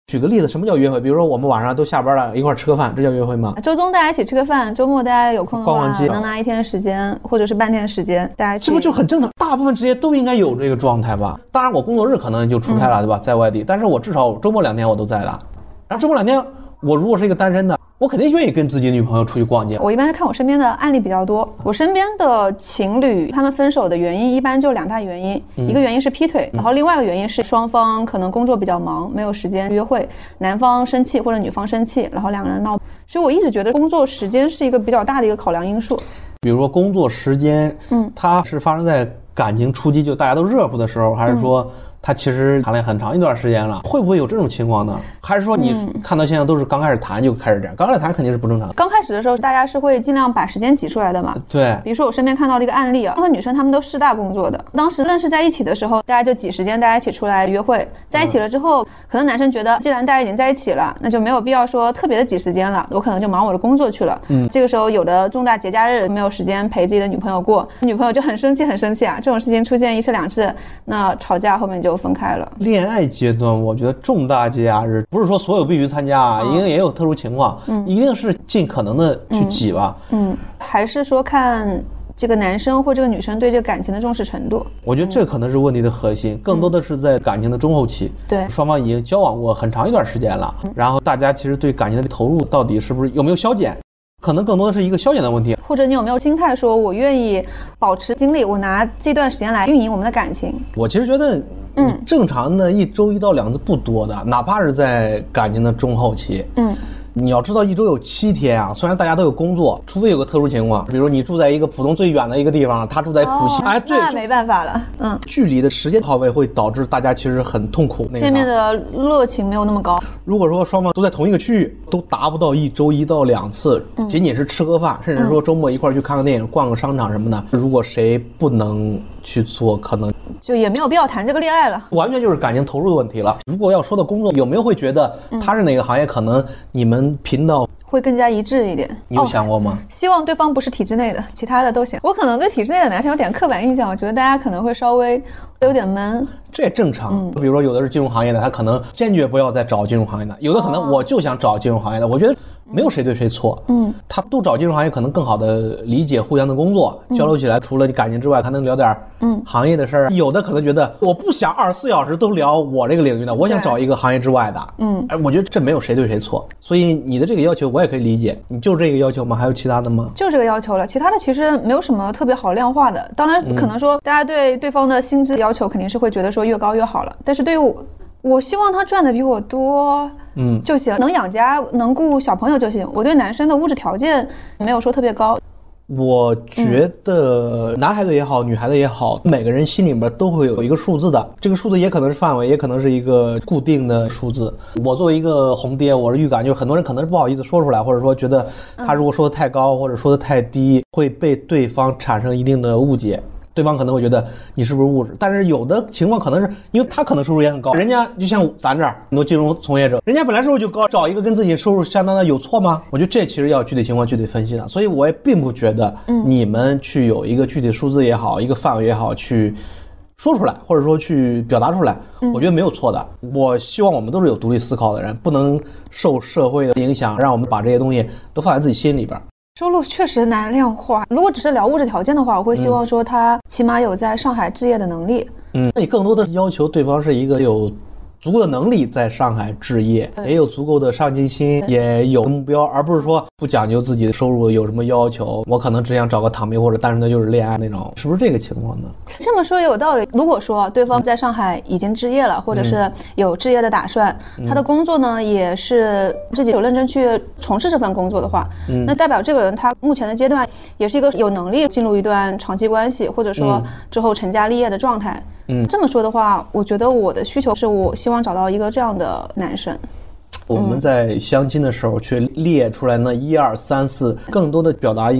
举个例子，什么叫约会？比如说我们晚上都下班了，一块吃个饭，这叫约会吗？ 周中大家一起吃个饭，周末大家有空的话， 逛街， 能拿一天时间或者是半天时间，大家这不就很正常？大部分职业都应该有这个状态吧？当然，我工作日可能就出差了，对吧？在外地，但是我至少周末2天我都在的。然后周末2天，我如果是一个单身的，我肯定愿意跟自己女朋友出去逛街。 我一般是看我身边的案例比较多，我身边的情侣他们分手的原因一般就2大原因，一个原因是劈腿，然后另外一个原因是双方可能工作比较忙，没有时间约会，男方生气或者女方生气，然后2个人闹。所以我一直觉得工作时间是一个比较大的一个考量因素。 比如说工作时间，它是发生在感情初期，就大家都热乎的时候，还是说他其实谈了很长一段时间了，会不会有这种情况呢？还是说你看到现在都是刚开始谈就开始这样？刚开始谈肯定是不正常的。 刚开始的时候，大家是会尽量把时间挤出来的嘛。 对。 比如说我身边看到了一个案例啊，和女生她们都是大工作的，当时认识在一起的时候，大家就挤时间，大家一起出来约会。在一起了之后，可能男生觉得既然大家已经在一起了，那就没有必要说特别的挤时间了，我可能就忙我的工作去了。这个时候有的重大节假日没有时间陪自己的女朋友过，女朋友就很生气啊。这种事情出现1次2次，那吵架后面就分开了。 恋爱阶段，我觉得重大节假日不是说所有必须参加，因为也有特殊情况，一定是尽可能的去挤吧。 还是说看这个男生或这个女生对这个感情的重视程度。 我觉得这可能是问题的核心，更多的是在感情的中后期。 对， 双方已经交往过很长一段时间了，然后大家其实对感情的投入到底是不是有没有消减？可能更多的是一个消减的问题， 或者你有没有心态说我愿意保持精力，我拿这段时间来运营我们的感情。 我其实觉得正常的1周1到2次不多的，哪怕是在感情的中后期。你要知道1周有7天啊，虽然大家都有工作，除非有个特殊情况，比如你住在一个浦东最远的一个地方，他住在浦西，对， 那没办法了。 距离的时间耗费会导致大家其实很痛苦， 见面的热情没有那么高。 如果说双方都在同一个区域，都达不到1周1到2次，仅仅是吃个饭，甚至说周末一块儿去看个电影、逛个商场什么的，如果谁不能去做，可能就也没有必要谈这个恋爱了， 完全就是感情投入的问题了。如果要说到工作，有没有会觉得他是哪个行业，可能你们频道会更加一致一点？ 你有想过吗？ 希望对方不是体制内的，其他的都行。我可能对体制内的男生有点刻板印象，我觉得大家可能会稍微有点闷， 这也正常。比如说有的是金融行业的，他可能坚决不要再找金融行业的，有的可能我就想找金融行业的。我觉得没有谁对谁错，他都找金融行业可能更好的理解互相的工作，交流起来除了你感情之外，还能聊点行业的事儿。有的可能觉得我不想24小时都聊我这个领域的，我想找一个行业之外的。我觉得这没有谁对谁错，所以你的这个要求我也可以理解。你就这个要求吗？还有其他的吗？ 就这个要求了，其他的其实没有什么特别好量化的。当然可能说大家对对方的薪资要求肯定是会觉得说越高越好了，但是对于我希望他赚的比我多就行，能养家能顾小朋友就行。我对男生的物质条件没有说特别高。 我觉得男孩子也好，女孩子也好，每个人心里面都会有一个数字的，这个数字也可能是范围，也可能是一个固定的数字。我作为一个红爹，我的预感就是很多人可能是不好意思说出来，或者说觉得他如果说的太高或者说的太低，会被对方产生一定的误解。对方可能会觉得你是不是物质，但是有的情况可能是因为他可能收入也很高，人家就像咱这儿很多金融从业者，人家本来收入就高，找一个跟自己收入相当的有错吗？我觉得这其实要具体情况具体分析的，所以我也并不觉得你们去有一个具体数字也好，一个范围也好去说出来，或者说去表达出来，我觉得没有错的。我希望我们都是有独立思考的人，不能受社会的影响，让我们把这些东西都放在自己心里边。 收入确实难量化，如果只是聊物质条件的话，我会希望说他起码有在上海置业的能力。 那你更多的要求对方是一个有足够的能力在上海置业，也有足够的上进心，也有目标，而不是说不讲究自己的收入有什么要求，我可能只想找个躺平或者单纯的就是恋爱那种，是不是这个情况呢？ 这么说也有道理。如果说对方在上海已经置业了，或者是有置业的打算，他的工作呢也是自己有认真去从事这份工作的话，那代表这个人他目前的阶段也是一个有能力进入一段长期关系，或者说之后成家立业的状态。这么说的话，我觉得我的需求是我希望找到一个这样的男生。我们在相亲的时候却列出来那1、2、3、4，更多的表达一个他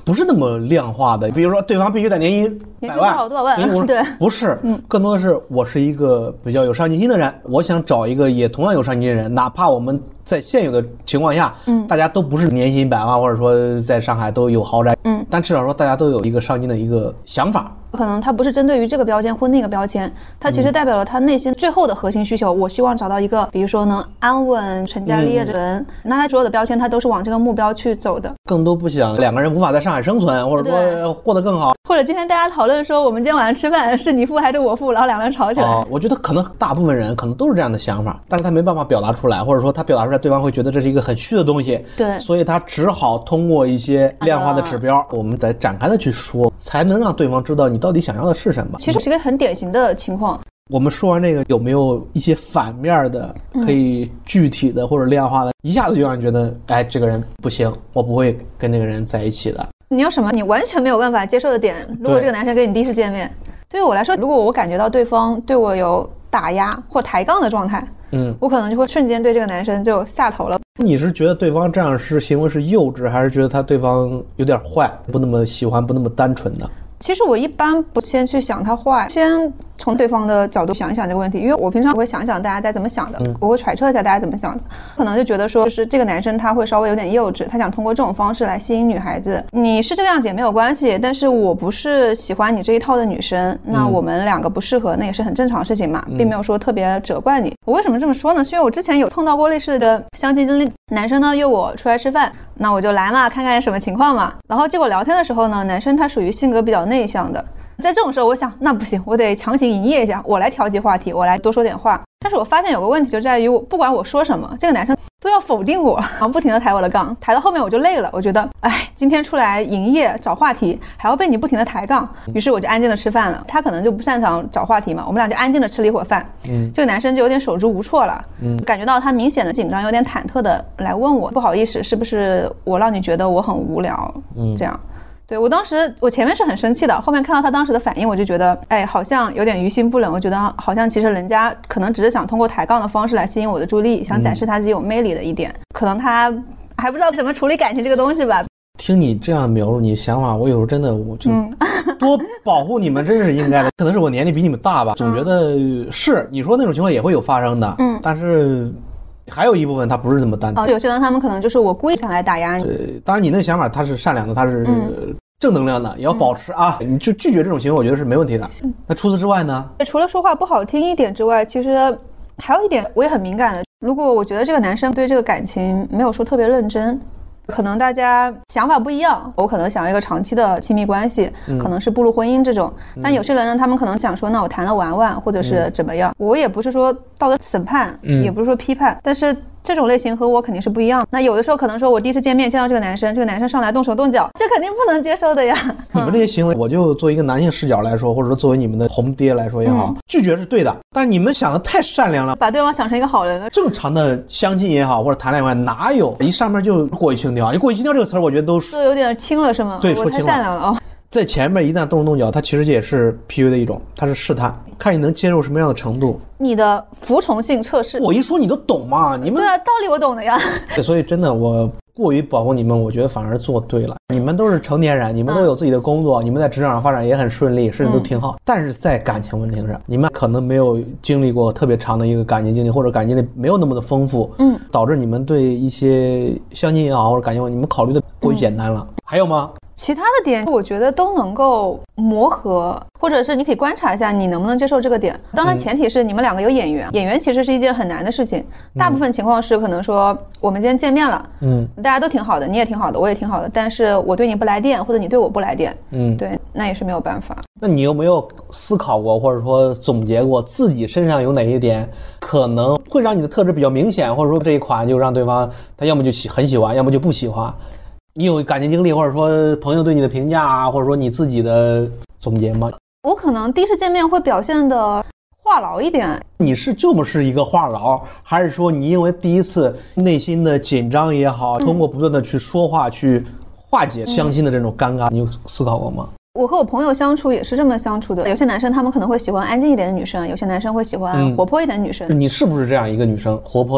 不是那么量化的。比如说对方必须得年薪100万， 多少万， 对，不是，更多的是我是一个比较有上进心的人，我想找一个也同样有上进心的人，哪怕我们在现有的情况下，大家都不是年薪100万，或者说在上海都有豪宅，但至少说大家都有一个上进的一个想法。 可能他不是针对于这个标签或那个标签，他其实代表了他内心最后的核心需求。我希望找到一个，比如说能安稳成家立业的人，那他所有的标签他都是往这个目标去走的。 更多不想两个人无法在上海生存，或者说过得更好。 或者今天大家讨论说，我们今天晚上吃饭是你付还是我付，然后两个人吵起来。 我觉得可能大部分人可能都是这样的想法，但是他没办法表达出来，或者说他表达出来，对方会觉得这是一个很虚的东西。 对， 所以他只好通过一些量化的指标，我们再展开的去说，才能让对方知道你到底想要的是什么。 其实是一个很典型的情况。 我们说完这个，有没有一些反面的可以具体的或者量化的，一下子就让你觉得，哎，这个人不行，我不会跟那个人在一起的。 你有什么你完全没有办法接受的点？如果这个男生跟你第一次见面，对于我来说，如果我感觉到对方对我有打压或抬杠的状态，我可能就会瞬间对这个男生就下头了。 你是觉得对方这样是行为是幼稚，还是觉得对方有点坏，不那么喜欢，不那么单纯的？ 其实我一般不先去想他坏，先从对方的角度想一想这个问题，因为我平常会想想大家在怎么想的，我会揣测一下大家怎么想的，可能就觉得说，就是这个男生他会稍微有点幼稚，他想通过这种方式来吸引女孩子。你是这个样子也没有关系，但是我不是喜欢你这一套的女生，那我们两个不适合，那也是很正常的事情嘛，并没有说特别责怪你。我为什么这么说呢？是因为我之前有碰到过类似的相亲经历，男生呢约我出来吃饭，那我就来嘛，看看什么情况嘛。然后结果聊天的时候呢，男生他属于性格比较内向的，在这种时候我想那不行，我得强行营业一下，我来调剂话题，我来多说点话。但是我发现有个问题就在于，我不管我说什么，这个男生都要否定我，然后不停地抬我的杠，抬到后面我就累了，我觉得哎，今天出来营业找话题还要被你不停地抬杠，于是我就安静的吃饭了。他可能就不擅长找话题嘛，我们俩就安静的吃了一会儿饭。这个男生就有点手足无措了，感觉到他明显的紧张，有点忐忑的来问我，不好意思，是不是我让你觉得我很无聊？这样。对，我当时我前面是很生气的，后面看到他当时的反应，我就觉得哎，好像有点于心不忍。我觉得好像其实人家可能只是想通过抬杠的方式来吸引我的注意力，想展示他自己有魅力的一点，可能他还不知道怎么处理感情这个东西吧。 听你这样描述你想法，我有时候真的我就多保护你们，真是应该的。可能是我年龄比你们大吧，总觉得是你说那种情况也会有发生的，但是还有一部分他不是这么单纯。 有些人他们可能就是我故意想来打压你。 当然你那个想法他是善良的，他是正能量的，也要保持啊。你就拒绝这种行为，我觉得是没问题的。那除此之外呢？ 除了说话不好听一点之外，其实还有一点我也很敏感的。如果我觉得这个男生对这个感情没有说特别认真，可能大家想法不一样，我可能想要一个长期的亲密关系，可能是步入婚姻这种。但有些人呢，他们可能想说，那我谈了玩玩，或者是怎么样。我也不是说道德审判，也不是说批判，但是这种类型和我肯定是不一样。那有的时候可能说我第一次见面见到这个男生，这个男生上来动手动脚，这肯定不能接受的呀。 你们这些行为，我就作为一个男性视角来说，或者说作为你们的红爹来说也好，拒绝是对的，但是你们想的太善良了， 把对方想成一个好人了。 正常的相亲也好，或者谈恋爱哪有一上面就过于轻佻？过于轻佻这个词儿，我觉得都有点轻了是吗？ 对，说轻了， 我太善良了哦。 在前面一旦动手动脚，它其实也是 PUA 的一种，它是试探，看你能接受什么样的程度。 你的服从性测试， 我一说你都懂嘛，你们对啊，道理我懂的呀。 所以真的，我过于保护你们，我觉得反而做对了。你们都是成年人，你们都有自己的工作，你们在职场上发展也很顺利，甚至都挺好。但是在感情问题上，你们可能没有经历过特别长的一个感情经历，或者感情经历没有那么的丰富，导致你们对一些相亲也好或者感情问题，你们考虑的过于简单了。还有吗？ 其他的点我觉得都能够磨合，或者是你可以观察一下你能不能接受这个点。当然前提是你们两个有眼缘，眼缘其实是一件很难的事情。大部分情况是可能说我们今天见面了，大家都挺好的，你也挺好的，我也挺好的，但是我对你不来电，或者你对我不来电，对，那也是没有办法。 那你有没有思考过，或者说总结过自己身上有哪一点可能会让你的特质比较明显，或者说这一款就让对方他要么就很喜欢，要么就不喜欢？你有感情经历，或者说朋友对你的评价啊，或者说你自己的总结吗？ 我可能第一次见面会表现的话痨一点。 你是就是一个话痨，还是说你因为第一次内心的紧张也好，通过不断的去说话去化解相亲的这种尴尬，你有思考过吗？ 我和我朋友相处也是这么相处的，有些男生他们可能会喜欢安静一点的女生，有些男生会喜欢活泼一点的女生。 你是不是这样一个女生？活泼的、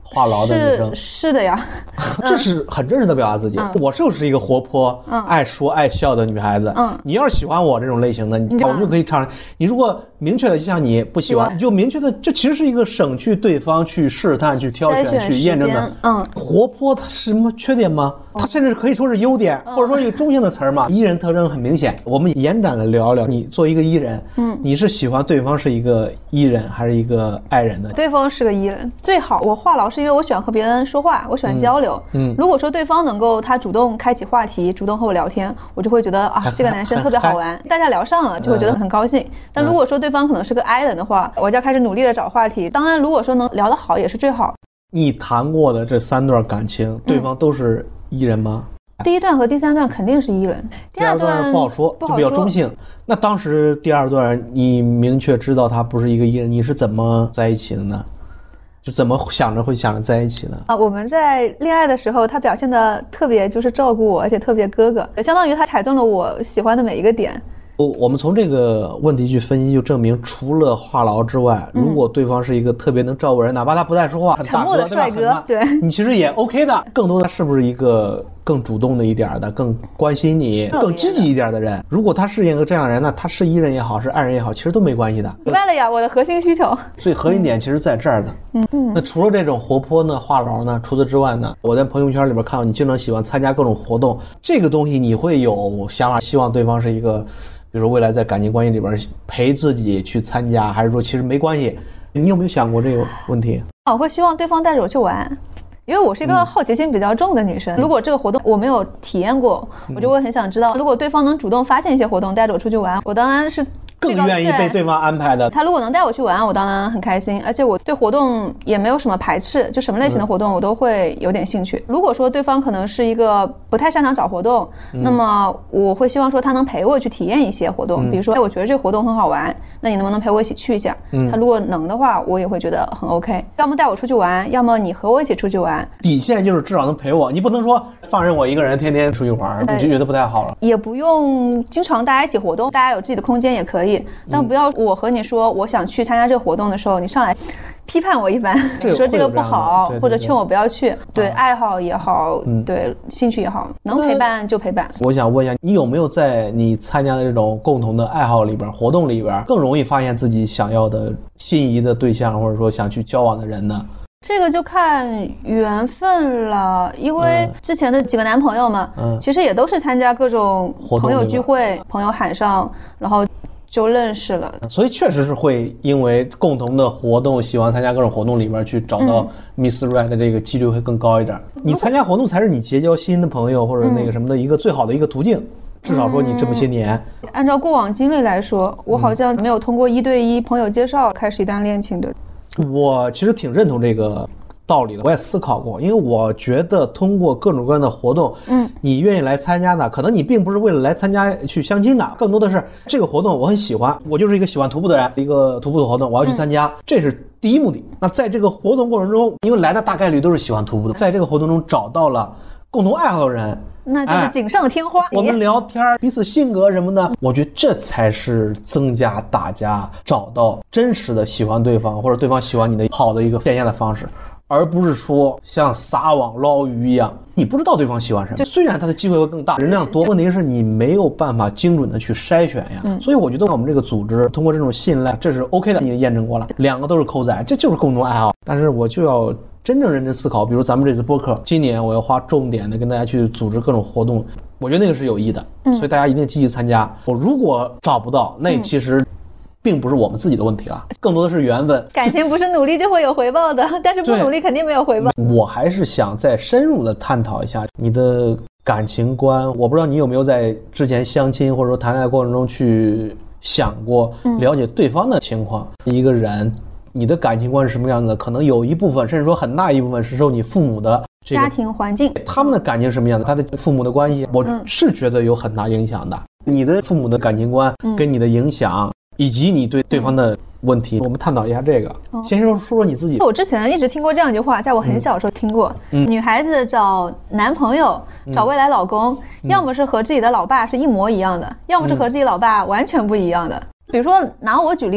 话痨的女生。 是的呀， 这是很真实的表达自己。我就是一个活泼、爱说爱笑的女孩子。你要是喜欢我这种类型的，我们就可以唱。你如果明确的就像你不喜欢，你就明确的，这其实是一个省去对方去试探、去挑选、去验证的。活泼它是什么缺点吗？它甚至可以说是优点，或者说一个中性的词儿嘛。艺人特征很明显。我们延展的聊聊，你作为一个艺人，你是喜欢对方是一个艺人还是一个爱人的？ 对方是个艺人最好。我话痨是因为我喜欢和别人说话，我喜欢交流。如果说对方能够他主动开启话题，主动和我聊天，我就会觉得啊，这个男生特别好玩，大家聊上了就会觉得很高兴。但如果说对方可能是个 I 人的话，我就要开始努力的找话题。当然，如果说能聊得好也是最好。 你谈过的这3段感情，对方都是艺人吗？ 第1段和第3段肯定是艺人， 第2段不好说，就比较中性。那当时第2段你明确知道他不是一个艺人，你是怎么在一起的呢？就怎么想着在一起呢？ 我们在恋爱的时候，他表现的特别就是照顾我，而且特别哥哥，相当于他踩中了我喜欢的每一个点。 我们从这个问题去分析，就证明除了话痨之外，如果对方是一个特别能照顾人，哪怕他不太说话，很沉默的帅哥，对， 你其实也 OK 的。更多的是不是一个更主动的一点的，更关心你，更积极一点的人？如果他是一个这样的人，那他是艺人也好，是爱人也好，其实都没关系的。 明白了呀，我的核心需求。 所以核心点其实在这儿的。那除了这种活泼呢，话痨呢，除此之外呢，我在朋友圈里边看到你经常喜欢参加各种活动，这个东西你会有想法，希望对方是一个，比如说未来在感情关系里边陪自己去参加，还是说其实没关系？你有没有想过这个问题？ 我会希望对方带着我去玩，因为我是一个好奇心比较重的女生。如果这个活动我没有体验过，我就会很想知道。如果对方能主动发现一些活动带着我出去玩，我当然是更愿意被对方安排的。 他如果能带我去玩，我当然很开心，而且我对活动也没有什么排斥，就什么类型的活动我都会有点兴趣。如果说对方可能是一个不太擅长找活动，那么我会希望说他能陪我去体验一些活动，比如说我觉得这个活动很好玩，那你能不能陪我一起去一下？他如果能的话，我也会觉得很 OK。要么带我出去玩，要么你和我一起出去玩。 底线就是至少能陪我，你不能说放任我一个人天天出去玩，你就觉得不太好了。 也不用经常大家一起活动，大家有自己的空间也可以，但不要我和你说我想去参加这个活动的时候，你上来批判我一番，说这个不好，或者劝我不要去。对，爱好也好，对，兴趣也好，能陪伴就陪伴。 我想问一下，你有没有在你参加的这种共同的爱好里边、活动里边，更容易发现自己想要的心仪的对象，或者说想去交往的人呢？ 这个就看缘分了，因为之前的几个男朋友嘛，其实也都是参加各种朋友聚会，朋友喊上，然后就认识了。 所以确实是会因为共同的活动，喜欢参加各种活动里面去找到 Miss Right 的这个几率会更高一点。你参加活动才是你结交新的朋友或者那个什么的一个最好的一个途径。至少说你这么些年， 按照过往经历来说，我好像没有通过1对1朋友介绍开始一段恋情的。 我其实挺认同这个道理的，我也思考过，因为我觉得通过各种各样的活动，你愿意来参加的，可能你并不是为了来参加去相亲的，更多的是这个活动我很喜欢，我就是一个喜欢徒步的人，一个徒步的活动我要去参加，这是第一目的。那在这个活动过程中，因为来的大概率都是喜欢徒步的，在这个活动中找到了共同爱好的人， 那就是锦上添花。 我们聊天，彼此性格什么的，我觉得这才是增加大家找到真实的喜欢对方，或者对方喜欢你的好的一个变现的方式，而不是说像撒网捞鱼一样，你不知道对方喜欢什么。虽然他的机会会更大，人量多，问题是你没有办法精准的去筛选呀。所以我觉得我们这个组织通过这种信赖，这是 OK 的，你也验证过了，两个都是抠仔，这就是共同爱好。但是我就要真正认真思考，比如咱们这次播客，今年我要花重点的跟大家去组织各种活动，我觉得那个是有意的，所以大家一定积极参加。我如果找不到，那其实并不是我们自己的问题了，更多的是缘分。 感情不是努力就会有回报的，但是不努力肯定没有回报。 我还是想再深入的探讨一下你的感情观。我不知道你有没有在之前相亲或者说谈恋爱过程中去想过了解对方的情况。一个人你的感情观是什么样子的，可能有一部分甚至说很大一部分是受你父母的家庭环境， 他们的感情是什么样的，他的父母的关系，我是觉得有很大影响的。你的父母的感情观跟你的影响，以及你对对方的问题，我们探讨一下这个。先说说你自己。 我之前一直听过这样一句话，在我很小的时候听过，女孩子找男朋友、找未来老公，要么是和自己的老爸是一模一样的，要么是和自己老爸完全不一样的。比如说拿我举例子，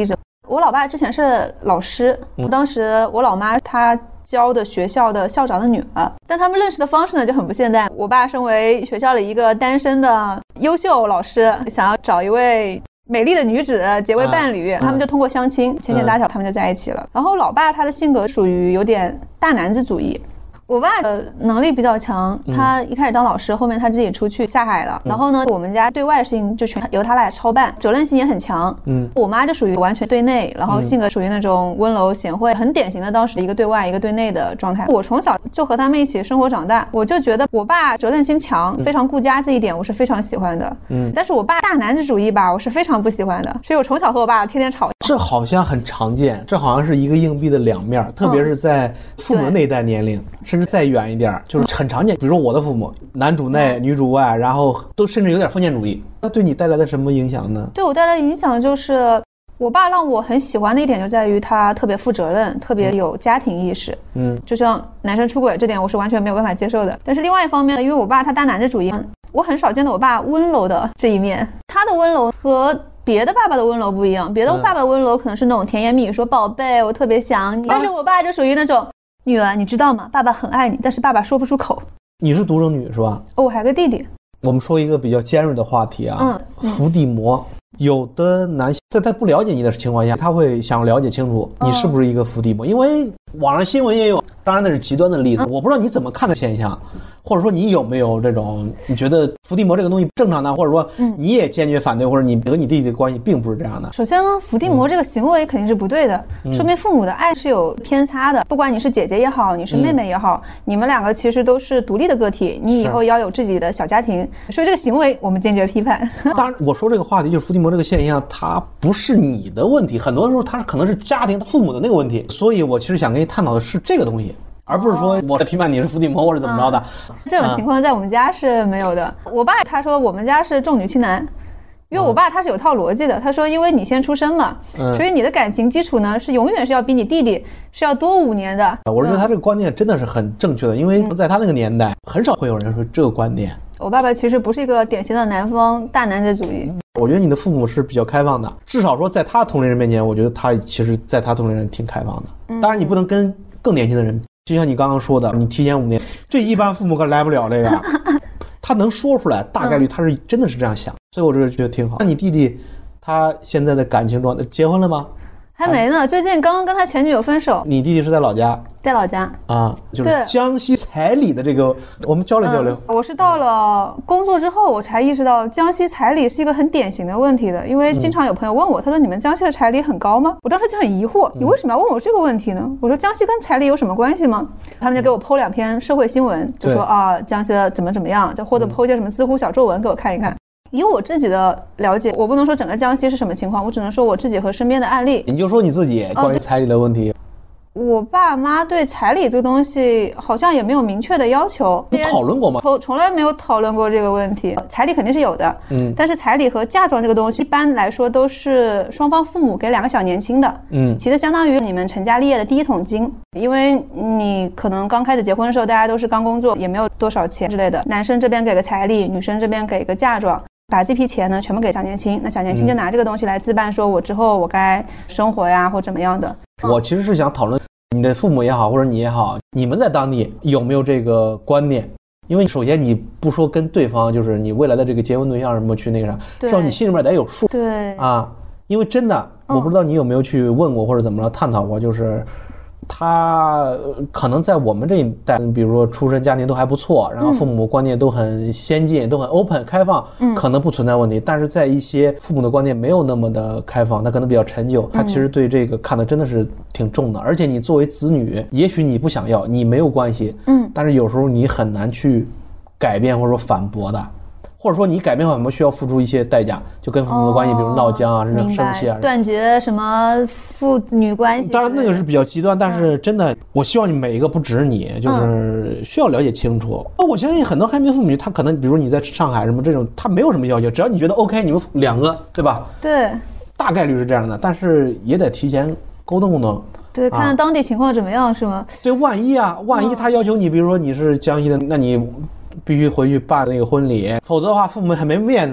我老爸之前是老师，当时我老妈她教的学校的校长的女儿，但他们认识的方式呢就很不现代。我爸身为学校里一个单身的优秀老师，想要找一位美丽的女子结为伴侣，他们就通过相亲牵线搭桥，他们就在一起了。然后老爸他的性格属于有点大男子主义。我爸的能力比较强，他一开始当老师，后面他自己出去下海了。然后呢，我们家对外的事情就全由他来操办，责任心也很强。我妈就属于完全对内，然后性格属于那种温柔贤惠，很典型的当时一个对外一个对内的状态。我从小就和他们一起生活长大，我就觉得我爸责任心强，非常顾家，这一点我是非常喜欢的。但是我爸大男子主义吧，我是非常不喜欢的，所以我从小和我爸天天吵。 这好像很常见，这好像是一个硬币的两面，特别是在父母那一代年龄，甚至再远一点，就是很常见。比如说我的父母，男主内女主外，然后都甚至有点封建主义。那对你带来的什么影响呢？ 对我带来的影响就是，我爸让我很喜欢的一点就在于他特别负责任，特别有家庭意识。就像男生出轨这点，我是完全没有办法接受的。但是另外一方面，因为我爸他大男子主义，我很少见到我爸温柔的这一面。他的温柔和别的爸爸的温柔不一样，别的爸爸的温柔可能是那种甜言蜜语，说宝贝我特别想你，但是我爸就属于那种女儿你知道吗，爸爸很爱你，但是爸爸说不出口。 你是独生女是吧？ 我还有个弟弟。 我们说一个比较尖锐的话题啊，伏地魔。有的男性在他不了解你的情况下，他会想了解清楚你是不是一个伏地魔，因为网上新闻也有，当然那是极端的例子。我不知道你怎么看的现象，或者说你有没有这种你觉得伏地魔这个东西正常的，或者说你也坚决反对，或者你和你弟弟的关系并不是这样的。 首先呢，伏地魔这个行为肯定是不对的，说明父母的爱是有偏差的。不管你是姐姐也好，你是妹妹也好，你们两个其实都是独立的个体，你以后要有自己的小家庭，所以这个行为我们坚决批判。 当然我说这个话题就是伏地魔这个现象，它不是你的问题，很多时候它可能是家庭他父母的那个问题。所以我其实想跟你探讨的是这个东西，而不是说我在批判你是伏地魔或者怎么着的。 这种情况在我们家是没有的。我爸他说我们家是重女轻男，因为我爸他是有套逻辑的。他说因为你先出生嘛，所以你的感情基础呢是永远是要比你弟弟是要多5年的。 我觉得他这个观念真的是很正确的，因为在他那个年代很少会有人说这个观点。 我爸爸其实不是一个典型的南方大男子主义。 我觉得你的父母是比较开放的，至少说在他同龄人面前，我觉得他其实在他同龄人挺开放的。当然你不能跟更年轻的人，就像你刚刚说的，你提前5年，这一般父母可来不了这个。他能说出来，大概率他是真的是这样想，所以我觉得挺好。那你弟弟他现在的感情状态，结婚了吗？ 还没呢，最近刚刚跟他前女友分手。 你弟弟是在老家？ 在老家啊，就是江西彩礼的这个，我们交流交流。 我是到了工作之后，我才意识到江西彩礼是一个很典型的问题的，因为经常有朋友问我，他说你们江西的彩礼很高吗？我当时就很疑惑，你为什么要问我这个问题呢？我说江西跟彩礼有什么关系吗？他们就给我剖2篇社会新闻，就说啊江西的怎么怎么样，就或者剖一些什么知乎小作文给我看一看。以我自己的了解，我不能说整个江西是什么情况，我只能说我自己和身边的案例。 你就说你自己关于彩礼的问题。 我爸妈对彩礼这个东西好像也没有明确的要求。 你讨论过吗？ 从来没有讨论过这个问题。彩礼肯定是有的，但是彩礼和嫁妆这个东西一般来说都是双方父母给2个小年轻的，其实相当于你们成家立业的第一桶金。因为你可能刚开始结婚的时候，大家都是刚工作，也没有多少钱之类的，男生这边给个彩礼，女生这边给个嫁妆。把这批钱呢全部给小年轻，那小年轻就拿这个东西来自办，说我之后我该生活呀或怎么样的。 我其实是想讨论你的父母也好，或者你也好，你们在当地有没有这个观念？因为首先你不说跟对方，就是你未来的这个结婚对象什么去那个啥，至少你心里面得有数。 对啊，因为真的我不知道你有没有去问过或者怎么着探讨过，就是他可能在我们这一代，比如说出身家庭都还不错，然后父母观念都很先进，都很 open 开放，可能不存在问题。但是在一些父母的观念没有那么的开放，他可能比较陈旧，他其实对这个看的真的是挺重的。而且你作为子女，也许你不想要，你没有关系，但是有时候你很难去改变或者说反驳的。或者说你改变反驳需要付出一些代价，就跟父母的关系，比如闹僵啊，甚至生气啊， 断绝什么父女关系。 当然那个是比较极端，但是真的，我希望你每一个不只是你，就是需要了解清楚。我相信很多海绵父母，他可能比如你在上海什么这种，他没有什么要求，只要你觉得 OK， 你们2个对吧？ 对， 大概率是这样的，但是也得提前沟通呢。 对，看看当地情况怎么样，是吗？ 对，万一他要求你，比如说你是江西的，那你必须回去办那个婚礼，否则的话父母很没面子。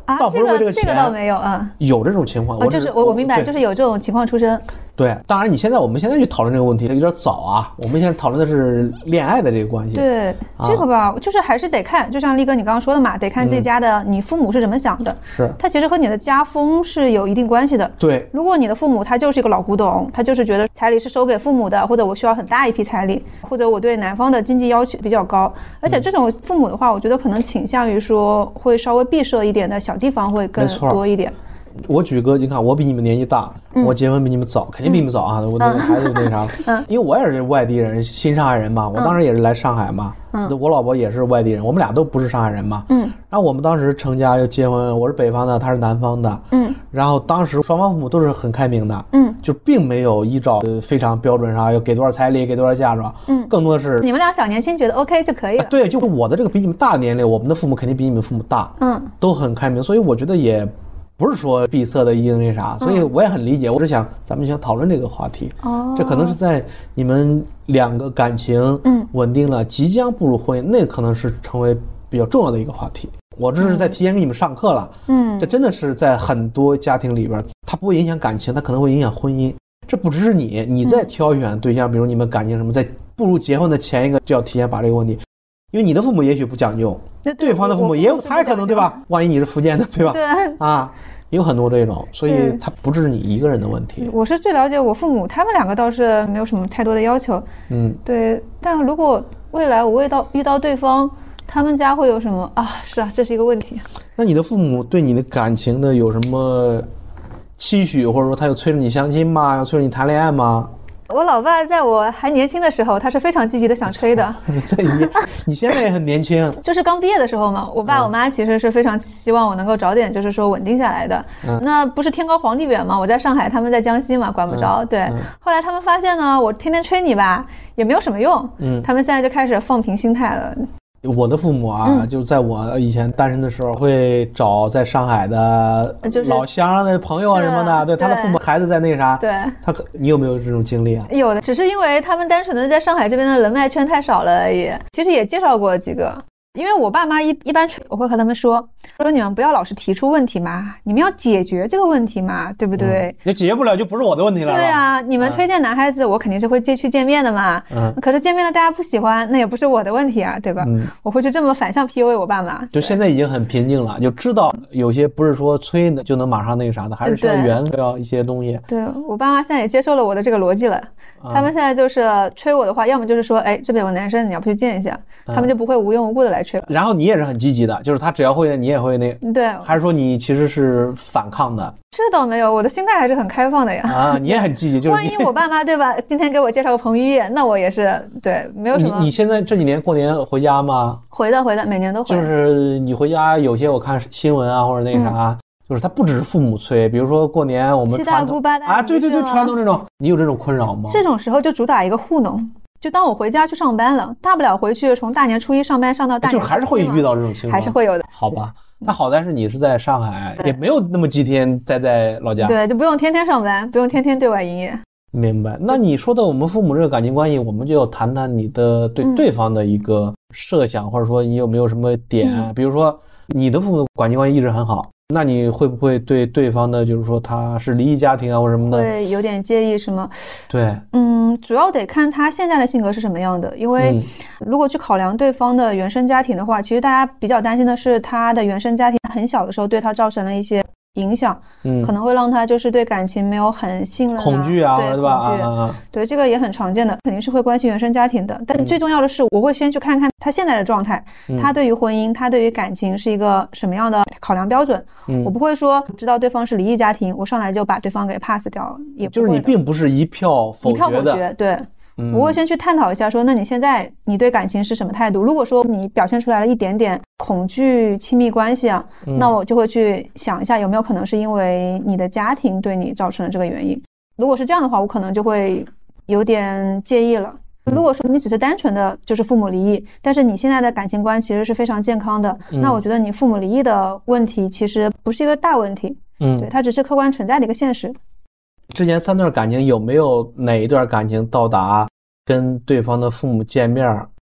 啊， 倒不是为这个钱。 这个倒没有啊， 有这种情况， 就是我明白，就是有这种情况出生。 对，当然我们现在去讨论这个问题有点早啊，我们现在讨论的是恋爱的这个关系。 对，这个吧，就是还是得看，就像力哥你刚刚说的嘛，得看这家的你父母是怎么想的。 是， 他其实和你的家风是有一定关系的。 对， 如果你的父母他就是一个老古董，他就是觉得彩礼是收给父母的，或者我需要很大一批彩礼，或者我对男方的经济要求比较高，而且这种父母的话，我觉得可能倾向于说会稍微闭塞一点的小地方会更多一点。 我举个，你看我比你们年纪大，我结婚比你们早，肯定比你们早啊！我那个孩子那啥，因为我也是外地人，新上海人嘛，我当时也是来上海嘛，我老婆也是外地人，我们俩都不是上海人嘛，然后我们当时成家又结婚，我是北方的，他是南方的，然后当时双方父母都是很开明的，就并没有依照非常标准上要给多少彩礼，给多少嫁妆，更多的是你们俩小年轻觉得 OK 就可以了。 对，就我的这个比你们大年龄，我们的父母肯定比你们父母大，都很开明，所以我觉得也不是说闭塞的一定那啥，所以我也很理解。我只想咱们想讨论这个话题，这可能是在你们两个感情稳定了，即将步入婚姻，那可能是成为比较重要的一个话题。我这是在提前给你们上课了，这真的是在很多家庭里边，它不会影响感情，它可能会影响婚姻。这不只是你在挑选对象，比如你们感情什么，在步入结婚的前一个就要提前把这个问题。因为你的父母也许不讲究，对方的父母也有，他也可能对吧？万一你是福建的，对吧？ 对啊，有很多这种，所以他不是你一个人的问题。 我是最了解我父母，他们两个倒是没有什么太多的要求。对。但如果未来我遇到对方，他们家会有什么啊？是啊，这是一个问题。 那你的父母对你的感情的有什么期许，或者说他有催着你相亲吗？要催着你谈恋爱吗？ 我老爸在我还年轻的时候，他是非常积极的想催的。 你现在也很年轻， 就是刚毕业的时候嘛，我爸我妈其实是非常希望我能够早点就是说稳定下来的。那不是天高皇帝远嘛，我在上海，他们在江西嘛，管不着。对，后来他们发现呢，我天天催你吧，也没有什么用。他们现在就开始放平心态了。 我的父母啊，就在我以前单身的时候，会找在上海的老乡的朋友啊什么的，对他的父母孩子在那啥， 对你有没有这种经历啊？ 有的，只是因为他们单纯的在上海这边的人脉圈太少了而已。其实也介绍过几个。因为我爸妈一般我会和他们说你们不要老是提出问题嘛，你们要解决这个问题嘛，对不对？ 你解决不了就不是我的问题了。 对啊，你们推荐男孩子，我肯定是会去见面的嘛。可是见面了大家不喜欢，那也不是我的问题啊，对吧？我会去这么反向 PUA 我爸妈。 就现在已经很平静了，就知道有些不是说催的就能马上那个啥的，还是需要需要一些东西。 对，我爸妈现在也接受了我的这个逻辑了。他们现在就是催我的话，要么就是说，哎，这边有个男生，你要不去见一下，他们就不会无缘无故的来催我。 然后你也是很积极的，就是他只要会，你也会那个。 对， 还是说你其实是反抗的？ 这倒没有，我的心态还是很开放的呀。 啊，你也很积极，就是万一我爸妈对吧，今天给我介绍个彭于晏，那我也是对，没有什么。 你现在这几年过年回家吗？ 回的，每年都回。 就是你回家有些我看新闻啊或者那啥。就是他不只是父母催，比如说过年我们七大姑八大姨啊，对，传统这种，你有这种困扰吗？ 这种时候就主打一个糊弄，就当我回家去上班了，大不了回去从大年初一上班上到大年初七， 就还是会遇到这种情况， 还是会有的。 好吧，那好在是你是在上海，也没有那么几天待在老家， 对，就不用天天上班，不用天天对外营业。 明白。那你说的我们父母这个感情关系，我们就要谈谈你的对对方的一个设想，或者说你有没有什么点，比如说你的父母感情关系一直很好。那你会不会对对方的就是说他是离异家庭啊或者什么的会有点介意什么？ 对， 主要得看他现在的性格是什么样的，因为如果去考量对方的原生家庭的话，其实大家比较担心的是他的原生家庭很小的时候对他造成了一些影响，可能会让他就是对感情没有很信任恐惧啊，对吧？ 对，这个也很常见的，肯定是会关系原生家庭的。但最重要的是，我会先去看看他现在的状态，他对于婚姻，他对于感情是一个什么样的考量标准。我不会说知道对方是离异家庭，我上来就把对方给 pass 掉了，也不会的。 就是你并不是一票否决的， 对。我会先去探讨一下说，那你现在你对感情是什么态度？如果说你表现出来了一点点恐惧亲密关系啊，那我就会去想一下有没有可能是因为你的家庭对你造成了这个原因。如果是这样的话，我可能就会有点介意了。如果说你只是单纯的就是父母离异，但是你现在的感情观其实是非常健康的，那我觉得你父母离异的问题其实不是一个大问题，对，它只是客观存在的一个现实。 之前3段感情有没有哪一段感情到达跟对方的父母见面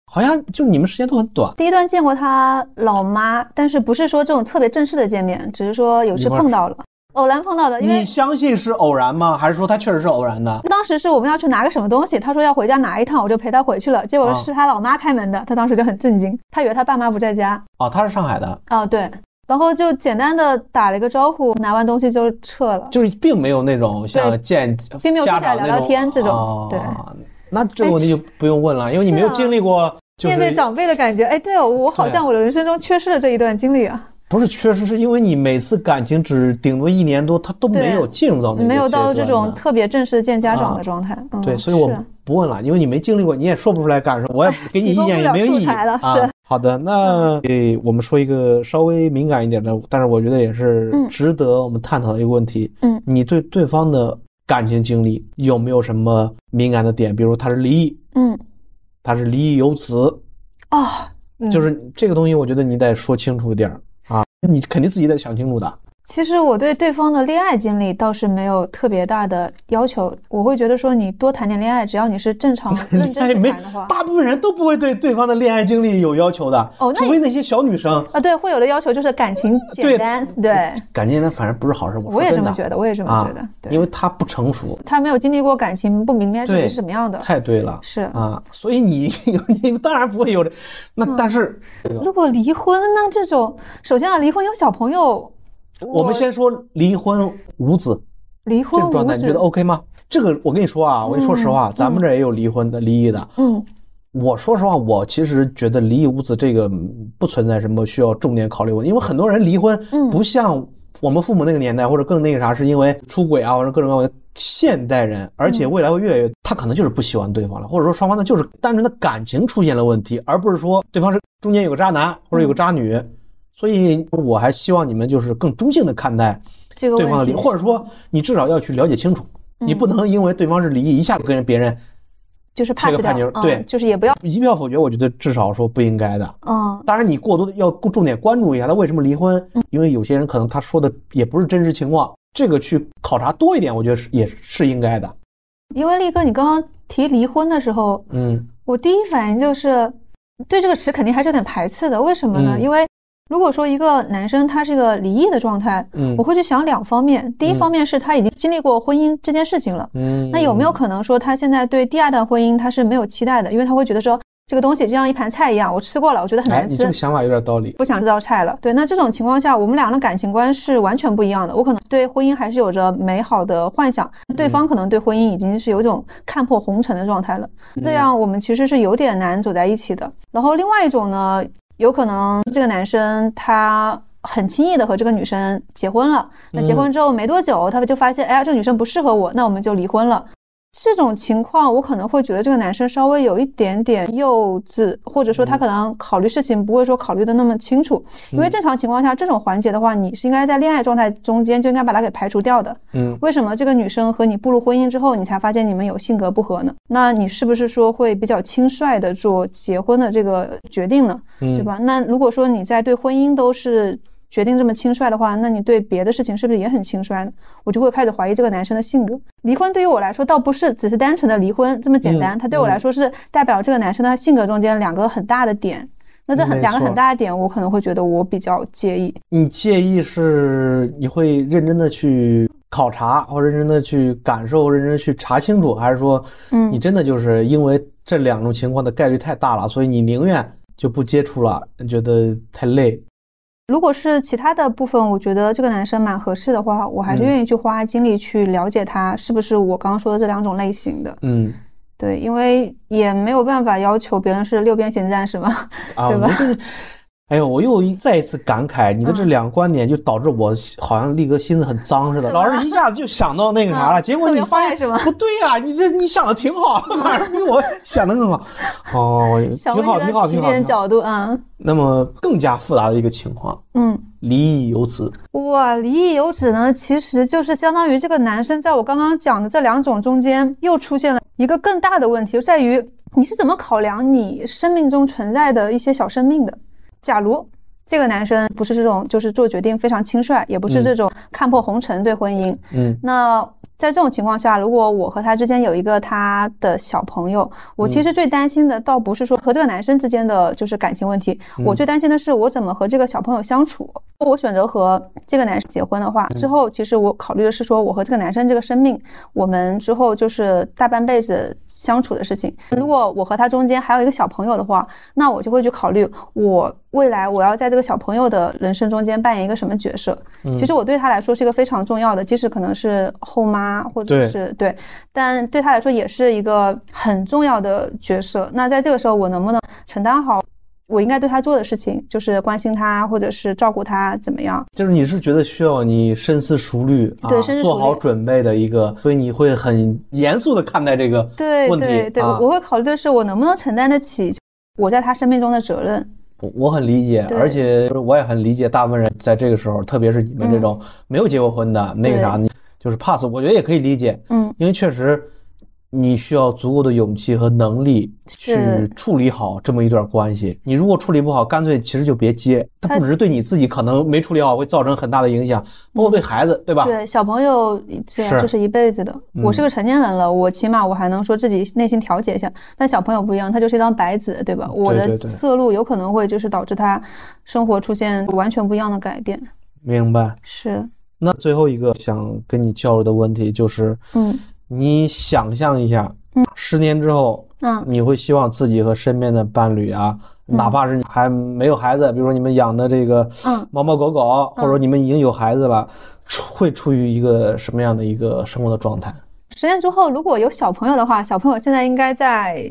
好像就你们时间都很短。 第一段见过他老妈，但是不是说这种特别正式的见面，只是说有次碰到了，偶然碰到的。因为你相信是偶然吗？还是说他确实是偶然的？ 当时是我们要去拿个什么东西，他说要回家拿一趟，我就陪他回去了。结果是他老妈开门的，他当时就很震惊，他以为他爸妈不在家。 哦，他是上海的。 哦，对。然后就简单的打了一个招呼，拿完东西就撤了， 就是并没有那种像见并没有坐下来聊聊天这种。哦，对。 那这个问题就不用问了，因为你没有经历过面对长辈的感觉。哎，对哦，我好像我的人生中缺失了这一段经历啊。 不是缺失，是因为你每次感情只顶多1年多，他都没有进入到那个阶段， 没有到这种特别正式的见家长的状态。 对，所以我不问了，因为你没经历过，你也说不出来感受，我也给你意见也没有意义是。 好的，那我们说一个稍微敏感一点的，但是我觉得也是值得我们探讨的一个问题。你对对方的感情经历有没有什么敏感的点？比如他是离异，他是离异有子，就是这个东西，我觉得你得说清楚一点啊，你肯定自己得想清楚的。 其实我对对方的恋爱经历倒是没有特别大的要求，我会觉得说你多谈点恋爱，只要你是正常认真去谈的话， 大部分人都不会对对方的恋爱经历有要求的，除非那些小女生啊，对，会有的要求就是感情简单，对， 感情简单反正不是好事。 我也这么觉得，我也这么觉得，对， 因为他不成熟， 他没有经历过感情，不明白自己是什么样的。 太对了， 是啊，所以你当然不会有的。那但是如果离婚，那这种首先离婚有小朋友。 我们先说离婚无子， 离婚无子， 这个状态你觉得 OK 吗？这个我跟你说啊，我跟你说实话，咱们这也有离婚的、离异的。我说实话，我其实觉得离异无子这个不存在什么需要重点考虑问题，因为很多人离婚不像我们父母那个年代或者更那个啥，是因为出轨啊或者各种各样的。现代人，而且未来会越来越，他可能就是不喜欢对方了，或者说双方呢就是单纯的感情出现了问题，而不是说对方是中间有个渣男或者有个渣女。所以我还希望你们就是更中性的看待对方的离，或者说你至少要去了解清楚，你不能因为对方是离异一下跟别人就是pass掉， 对， 就是也不要一票否决，我觉得至少说不应该的。当然你过多的要重点关注一下他为什么离婚，因为有些人可能他说的也不是真实情况，这个去考察多一点，我觉得也是应该的。 因为力哥，你刚刚提离婚的时候，我第一反应就是对这个词肯定还是有点排斥的。为什么呢？因为如果说一个男生他是一个离异的状态，我会去想2方面。第一方面是他已经经历过婚姻这件事情了，那有没有可能说他现在对第2段婚姻他是没有期待的，因为他会觉得说这个东西就像一盘菜一样，我吃过了，我觉得很难吃。 你这个想法有点道理， 不想这道菜了。对，那这种情况下，我们俩的感情观是完全不一样的。我可能对婚姻还是有着美好的幻想，对方可能对婚姻已经是有一种看破红尘的状态了。这样我们其实是有点难走在一起的。然后另外一种呢，有可能这个男生他很轻易的和这个女生结婚了，那结婚之后没多久，他就发现，哎呀，这个女生不适合我，那我们就离婚了。这种情况我可能会觉得这个男生稍微有一点点幼稚，或者说他可能考虑事情不会说考虑的那么清楚，因为正常情况下这种环节的话，你是应该在恋爱状态中间就应该把它给排除掉的。为什么这个女生和你步入婚姻之后你才发现你们有性格不合呢？那你是不是说会比较轻率的做结婚的这个决定呢？对吧？那如果说你在对婚姻都是决定这么轻率的话，那你对别的事情是不是也很轻率呢？我就会开始怀疑这个男生的性格。离婚对于我来说倒不是只是单纯的离婚这么简单，它对我来说是代表这个男生的性格中间2个很大的点。那这2个很大的点，我可能会觉得我比较介意。 你介意是你会认真的去考察，或认真的去感受，认真的去查清楚，还是说你真的就是因为这2种情况的概率太大了，所以你宁愿就不接触了，觉得太累？ 如果是其他的部分我觉得这个男生蛮合适的话，我还是愿意去花精力去了解他是不是我刚刚说的这2种类型的。对，因为也没有办法要求别人是6边形战士嘛，对吧？ 哎呦，我又再一次感慨，你的这2个观点就导致我好像力哥心思很脏似的，老是一下子就想到那个啥了，结果你发现不对呀，你想的挺好，反正比我想的更好。挺好，挺好，挺好。 角度啊。 那么更加复杂的一个情况，离异有子。 哇，离异有子呢，其实就是相当于这个男生在我刚刚讲的这2种中间又出现了一个更大的问题，就在于你是怎么考量你生命中存在的一些小生命的。假如这个男生不是这种就是做决定非常轻率，也不是这种看破红尘对婚姻，那在这种情况下，如果我和他之间有一个他的小朋友，我其实最担心的倒不是说和这个男生之间的就是感情问题，我最担心的是我怎么和这个小朋友相处。我选择和这个男生结婚的话，之后其实我考虑的是说我和这个男生这个生命，我们之后就是大半辈子相处的事情。如果我和他中间还有一个小朋友的话，那我就会去考虑我未来我要在这个小朋友的人生中间扮演一个什么角色。其实我对他来说是一个非常重要的，即使可能是后妈或者是 对，但对他来说也是一个很重要的角色。那在这个时候我能不能承担好我应该对他做的事情，就是关心他或者是照顾他怎么样。 就是你是觉得需要你深思熟虑， 对，深思熟虑， 做好准备的一个，所以你会很严肃的看待这个问题。 对，我会考虑的是我能不能承担得起我在他生命中的责任。 我很理解，而且我也很理解大部分人在这个时候，特别是你们这种没有结过婚的，那个啥，你就是 pass， 我觉得也可以理解，因为确实你需要足够的勇气和能力去处理好这么一段关系。你如果处理不好，干脆其实就别接。它不只是对你自己可能没处理好会造成很大的影响，包括对孩子，对吧？ 对，小朋友就是一辈子的。我是个成年人了，我起码我还能说自己内心调节一下。但小朋友不一样，他就是一张白纸，对吧？我的侧路有可能会就是导致他生活出现完全不一样的改变。 明白。 是。 那最后一个想跟你交流的问题就是，你想象一下，10年之后，你会希望自己和身边的伴侣啊，哪怕是你还没有孩子，比如说你们养的这个猫猫狗狗，或者说你们已经有孩子了，会处于一个什么样的一个生活的状态 ？10年之后，如果有小朋友的话，小朋友现在应该在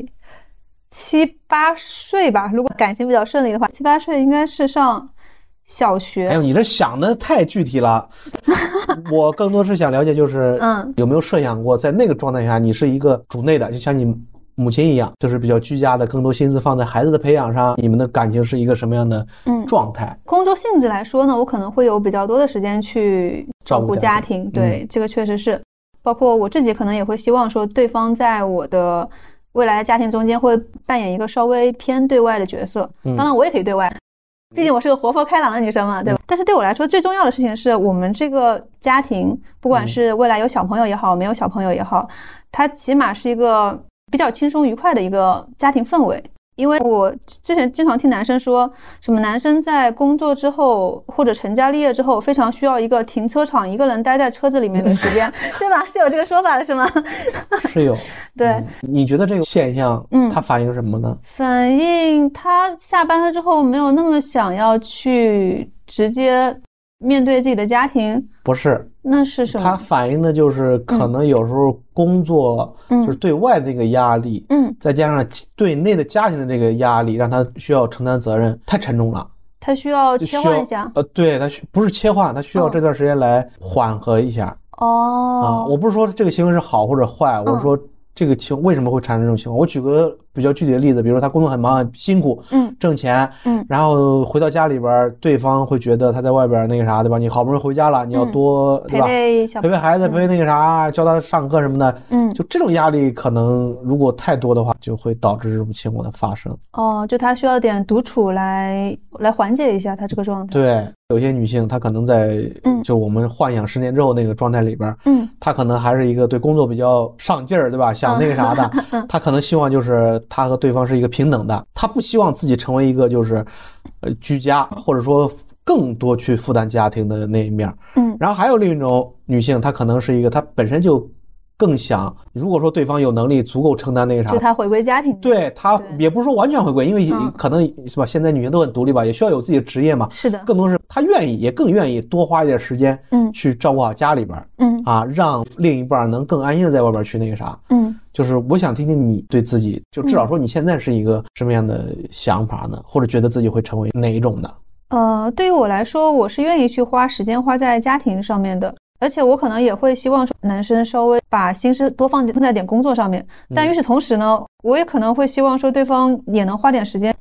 7、8岁吧，如果感情比较顺利的话，7、8岁应该是上小学。 哎呦，你这想的太具体了。我更多是想了解，就是有没有设想过，在那个状态下，你是一个主内的，就像你母亲一样，就是比较居家的，更多心思放在孩子的培养上。你们的感情是一个什么样的状态？ 工作性质来说呢，我可能会有比较多的时间去照顾家庭。对，这个确实是。包括我自己可能也会希望说，对方在我的未来的家庭中间会扮演一个稍微偏对外的角色。当然，我也可以对外。毕竟我是个活泼开朗的女生嘛，对吧？但是对我来说最重要的事情是我们这个家庭，不管是未来有小朋友也好，没有小朋友也好，它起码是一个比较轻松愉快的一个家庭氛围。因为我之前经常听男生说什么男生在工作之后或者成家立业之后非常需要一个停车场一个人待在车子里面的时间，对吧？是有这个说法的是吗？ 是有。 对， 你觉得这个现象它反映什么呢？ 反映他下班了之后没有那么想要去直接面对自己的家庭。 不是， 那是什么？ 它反映的就是可能有时候工作就是对外的那个压力，再加上对内的家庭的这个压力，让他需要承担责任，太沉重了。 他需要切换一下。 对，他不是切换，他需要这段时间来缓和一下。我不是说这个行为是好或者坏，我是说这个为什么会产生这种情况。我举个比较具体的例子，比如说他工作很忙很辛苦，挣钱，然后回到家里边，对方会觉得他在外边那个啥，对吧？你好不容易回家了，你要多对吧？陪陪孩子，陪陪那个啥，教他上课什么的，就这种压力可能如果太多的话，就会导致这种情况的发生。 就他需要点独处来缓解一下他这个状态。 对，有些女性她可能在就我们幻想10年之后那个状态里边，她可能还是一个对工作比较上劲儿，对吧？想那个啥的，她可能希望就是他和对方是一个平等的，他不希望自己成为一个就是居家或者说更多去负担家庭的那一面。然后还有另一种女性，她可能是一个她本身就更想，如果说对方有能力足够承担那个啥， 就他回归家庭。 对，他也不是说完全回归，因为可能是吧，现在女性都很独立吧，也需要有自己的职业嘛。 是的， 更多是她愿意，也更愿意多花一点时间，去照顾好家里边，让另一半能更安心的在外边去那个啥，就是我想听听你对自己，就至少说你现在是一个什么样的想法呢？或者觉得自己会成为哪一种的？ 对于我来说，我是愿意去花时间花在家庭上面的。而且我可能也会希望说男生稍微把心思多放在点工作上面，但与此同时呢，我也可能会希望说对方也能花点时间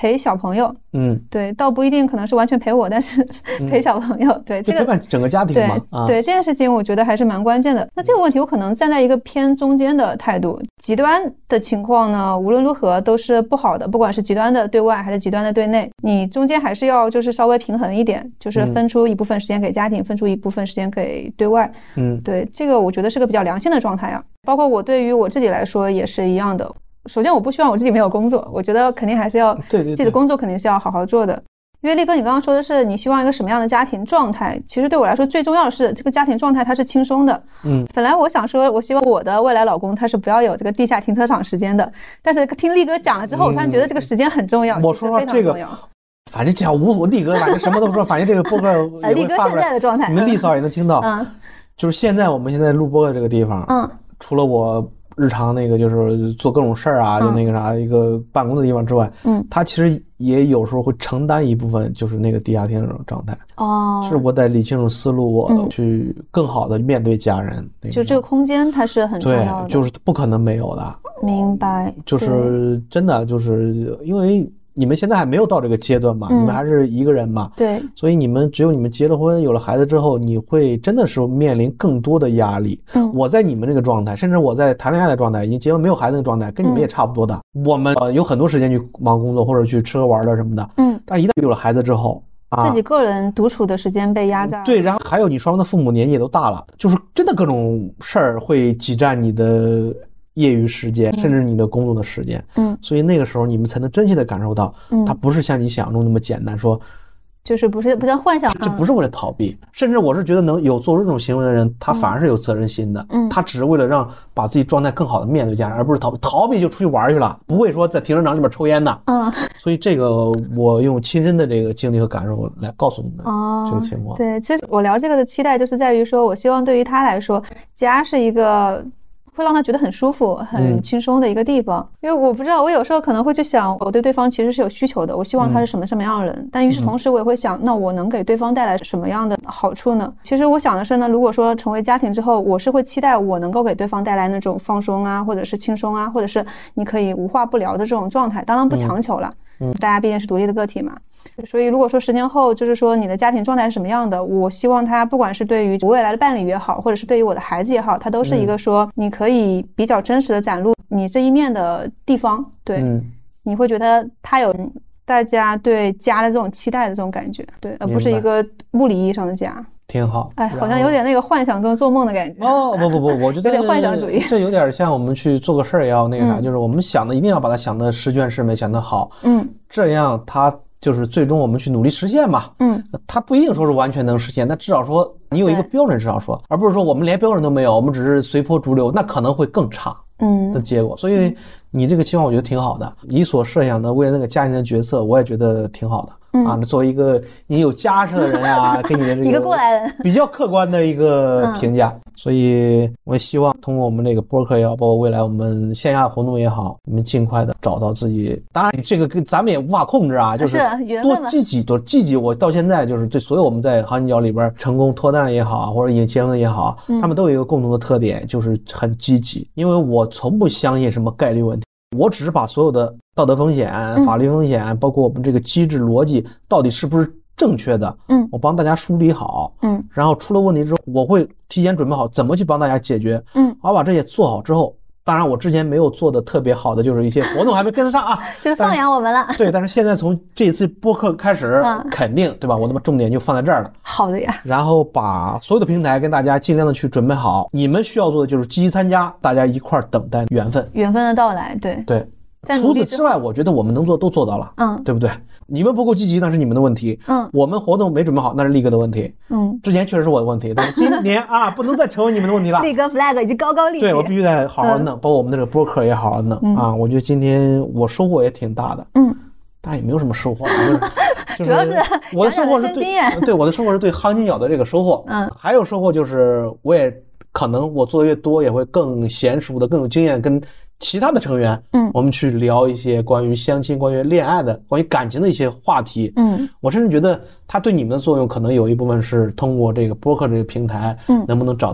陪小朋友。对，倒不一定可能是完全陪我，但是陪小朋友。对，这个陪伴整个家庭嘛。 对，这件事情我觉得还是蛮关键的。那这个问题我可能站在一个偏中间的态度，极端的情况呢，无论如何都是不好的，不管是极端的对外还是极端的对内，你中间还是要就是稍微平衡一点，就是分出一部分时间给家庭，分出一部分时间给对外。对，这个我觉得是个比较良性的状态啊。包括我对于我自己来说也是一样的。首先我不希望我自己没有工作，我觉得肯定还是要自己的工作肯定是要好好做的。因为力哥你刚刚说的是你希望一个什么样的家庭状态，其实对我来说最重要的是这个家庭状态它是轻松的。本来我想说我希望我的未来老公他是不要有这个地下停车场时间的，但是听力哥讲了之后我突然觉得这个时间很重要。 我说说这个反正讲力哥反正什么都不说，反正这个播客力哥现在的状态你们力嫂也能听到。就是我们现在录播的这个地方，除了我日常那个就是做各种事儿啊，就那个啥一个办公的地方之外，他其实也有时候会承担一部分，就是那个地下停车状态。就是我得理清楚思路，我去更好的面对家人。 就这个空间它是很重要的， 对，就是不可能没有的。 明白。 就是真的就是因为你们现在还没有到这个阶段嘛，你们还是一个人嘛， 对， 所以只有你们结了婚有了孩子之后，你会真的是面临更多的压力。我在你们这个状态，甚至我在谈恋爱的状态，已经结婚没有孩子的状态，跟你们也差不多的。我们有很多时间去忙工作或者去吃喝玩乐什么的，但一旦有了孩子之后， 自己个人独处的时间被压榨。 对，然后还有你双方的父母年纪也都大了，就是真的各种事儿会挤占你的业余时间，甚至你的工作的时间。所以那个时候你们才能真切的感受到，它不是像你想象中那么简单，说就是不像幻想， 这不是为了逃避。甚至我是觉得能有做出这种行为的人，他反而是有责任心的。他只是为了把自己状态更好的面对家人，而不是逃避就出去玩去了，不会说在停车场里面抽烟的。所以这个我用亲身的这个经历和感受来告诉你们这个情况。 对，其实我聊这个的期待就是在于说，我希望对于他来说，家是一个会让他觉得很舒服很轻松的一个地方。因为我不知道，我有时候可能会去想，我对对方其实是有需求的，我希望他是什么样的人，但与此同时我也会想，那我能给对方带来什么样的好处呢？其实我想的是呢，如果说成为家庭之后，我是会期待我能够给对方带来那种放松啊，或者是轻松啊，或者是你可以无话不聊的这种状态，当然不强求了。大家毕竟是独立的个体嘛，所以如果说10年后就是说你的家庭状态是什么样的，我希望他不管是对于我未来的伴侣也好，或者是对于我的孩子也好，他都是一个说你可以比较真实的展露你这一面的地方。对，你会觉得他有大家对家的这种期待的这种感觉，对，而不是一个物理意义上的家。 挺好。 好像有点那个幻想中做梦的感觉。 不，我觉得有点幻想主义。 这有点像我们去做个事儿也要那个啥，就是我们想的一定要把它想的十全十美，想得好。这样它就是最终我们去努力实现嘛。它不一定说是完全能实现，但至少说你有一个标准，至少说，而不是说我们连标准都没有，我们只是随波逐流，那可能会更差的结果。所以你这个期望我觉得挺好的，你所设想的为了那个家庭的角色，我也觉得挺好的。作为一个你有家室的人啊，给你的这个一个过来人比较客观的一个评价。所以我也希望通过我们这个播客也好，包括未来我们线下活动也好，你们尽快的找到自己。当然这个跟咱们也无法控制啊，就是多积极。我到现在就是对所有我们在行情角里边成功脱单也好，或者已经结婚也好，他们都有一个共同的特点，就是很积极。因为我从不相信什么概率问题，我只是把所有的道德风险、法律风险，包括我们这个机制逻辑到底是不是正确的，我帮大家梳理好，然后出了问题之后，我会提前准备好怎么去帮大家解决，我把这些做好之后，当然我之前没有做的特别好的就是一些活动还没跟得上啊， 就是放养我们了。 对，但是现在从这一次播客开始，肯定对吧？我把重点就放在这儿了。 好的呀。然后把所有的平台跟大家尽量的去准备好，你们需要做的就是积极参加，大家一块等待缘分的到来。对。 除此之外，我觉得我们能做都做到了，对不对？你们不够积极，那是你们的问题。我们活动没准备好，那是力哥的问题。之前确实是我的问题，但是今年不能再成为你们的问题了。 力哥 flag 已经高高立起。 对，我必须得好好弄，包括我们的这个播客也好好弄我觉得今天我收获也挺大的。当然也没有什么收获， 主要是我的收获是对我的收获是对行情角的这个收获。还有收获就是我也可能我做的越多，也会更娴熟的、更有经验跟其他的成员，我们去聊一些关于相亲、关于恋爱的、关于感情的一些话题。我甚至觉得它对你们的作用，可能有一部分是通过这个播客这个平台，能不能找到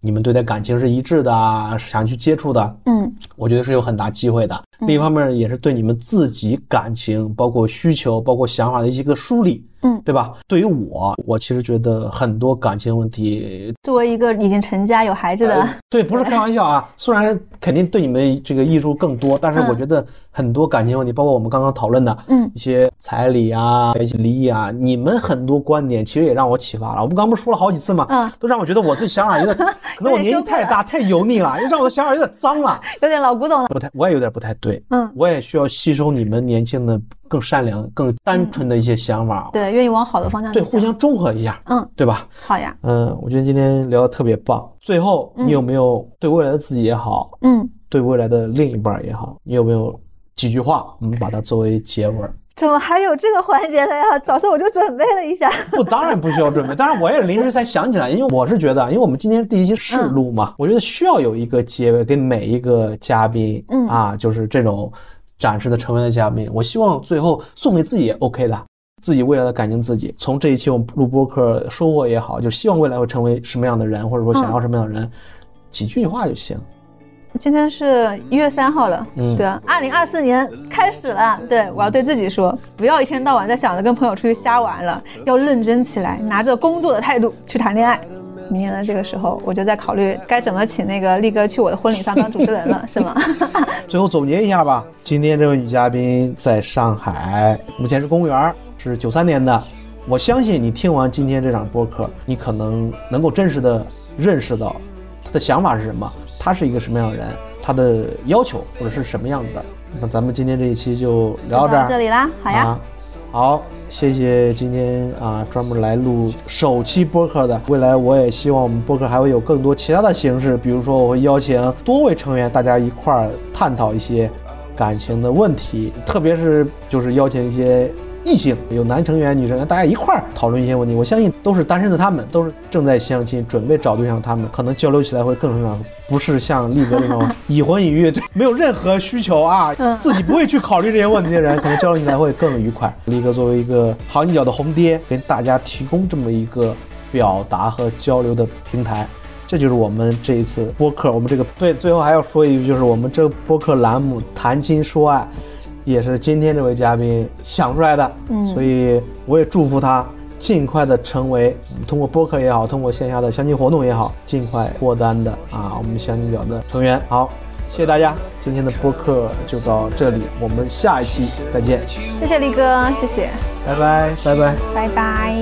你们对待感情是一致的啊，想去接触的，我觉得是有很大机会的。另一方面也是对你们自己感情包括需求包括想法的一个梳理，对吧？对于我其实觉得很多感情问题， 作为一个已经成家有孩子的， 对，不是开玩笑啊。虽然肯定对你们这个益处更多，但是我觉得很多感情问题，包括我们刚刚讨论的一些彩礼啊、一些离异啊，你们很多观点其实也让我启发了。我们刚不是说了好几次吗？都让我觉得我自己想法有点，可能我年纪太大太油腻了，又让我的想法有点脏了， 有点老古董了。 我也有点不太对，我也需要吸收你们年轻的更善良更单纯的一些想法， 对，愿意往好的方向去对，互相中和一下，对吧？ 好呀， 我觉得今天聊得特别棒。最后你有没有对未来的自己也好，对未来的另一半也好，你有没有几句话我们把它作为结尾？ 怎么还有这个环节的呀？早上我就准备了一下。 不，当然不需要准备，当然我也是临时才想起来，因为我是觉得，因为我们今天第一期试录嘛，我觉得需要有一个结尾，给每一个嘉宾，就是这种展示的成员的嘉宾，我希望最后送给自己也 OK 的，自己未来的感情自己。从这一期我们录播客收获也好，就希望未来会成为什么样的人，或者说想要什么样的人，几句话就行。 今天是1月3号了，对，2024年开始了。对，我要对自己说，不要一天到晚在想着跟朋友出去瞎玩了，要认真起来，拿着工作的态度去谈恋爱。明年的这个时候，我就在考虑该怎么请那个力哥去我的婚礼上当主持人了，是吗？ 最后总结一下吧，今天这位女嘉宾在上海，目前是公务员，是93年的。我相信你听完今天这场播客，你可能能够真实的认识到她的想法是什么，她是一个什么样的人，她的要求或者是什么样子的。那咱们今天这一期就聊到这里啦，好呀， 好，谢谢今天专门来录首期播客的。未来我也希望我们播客还会有更多其他的形式，比如说我会邀请多位成员，大家一块儿探讨一些感情的问题，特别是就是邀请一些异性，有男成员女成员，大家一块儿讨论一些问题。我相信都是单身的他们，都是正在相亲准备找对象，他们可能交流起来会更顺畅，不是像力哥那种已婚已育没有任何需求啊，自己不会去考虑这些问题的人，可能交流起来会更愉快。力哥作为一个行业角的红爹，给大家提供这么一个表达和交流的平台，这就是我们这一次播客。我们这个对，最后还要说一句，就是我们这播客栏目谈情说爱也是今天这位嘉宾想出来的，所以我也祝福他尽快的成为通过播客也好，通过线下的相亲活动也好，尽快脱单的我们相亲角的成员。好，谢谢大家，今天的播客就到这里，我们下一期再见。 谢谢力哥，谢谢， 拜拜，拜拜， 拜拜。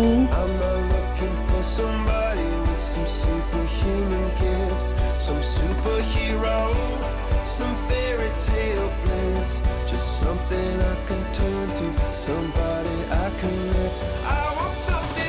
Some fairy tale bliss, just something I can turn to, somebody I can miss. I want something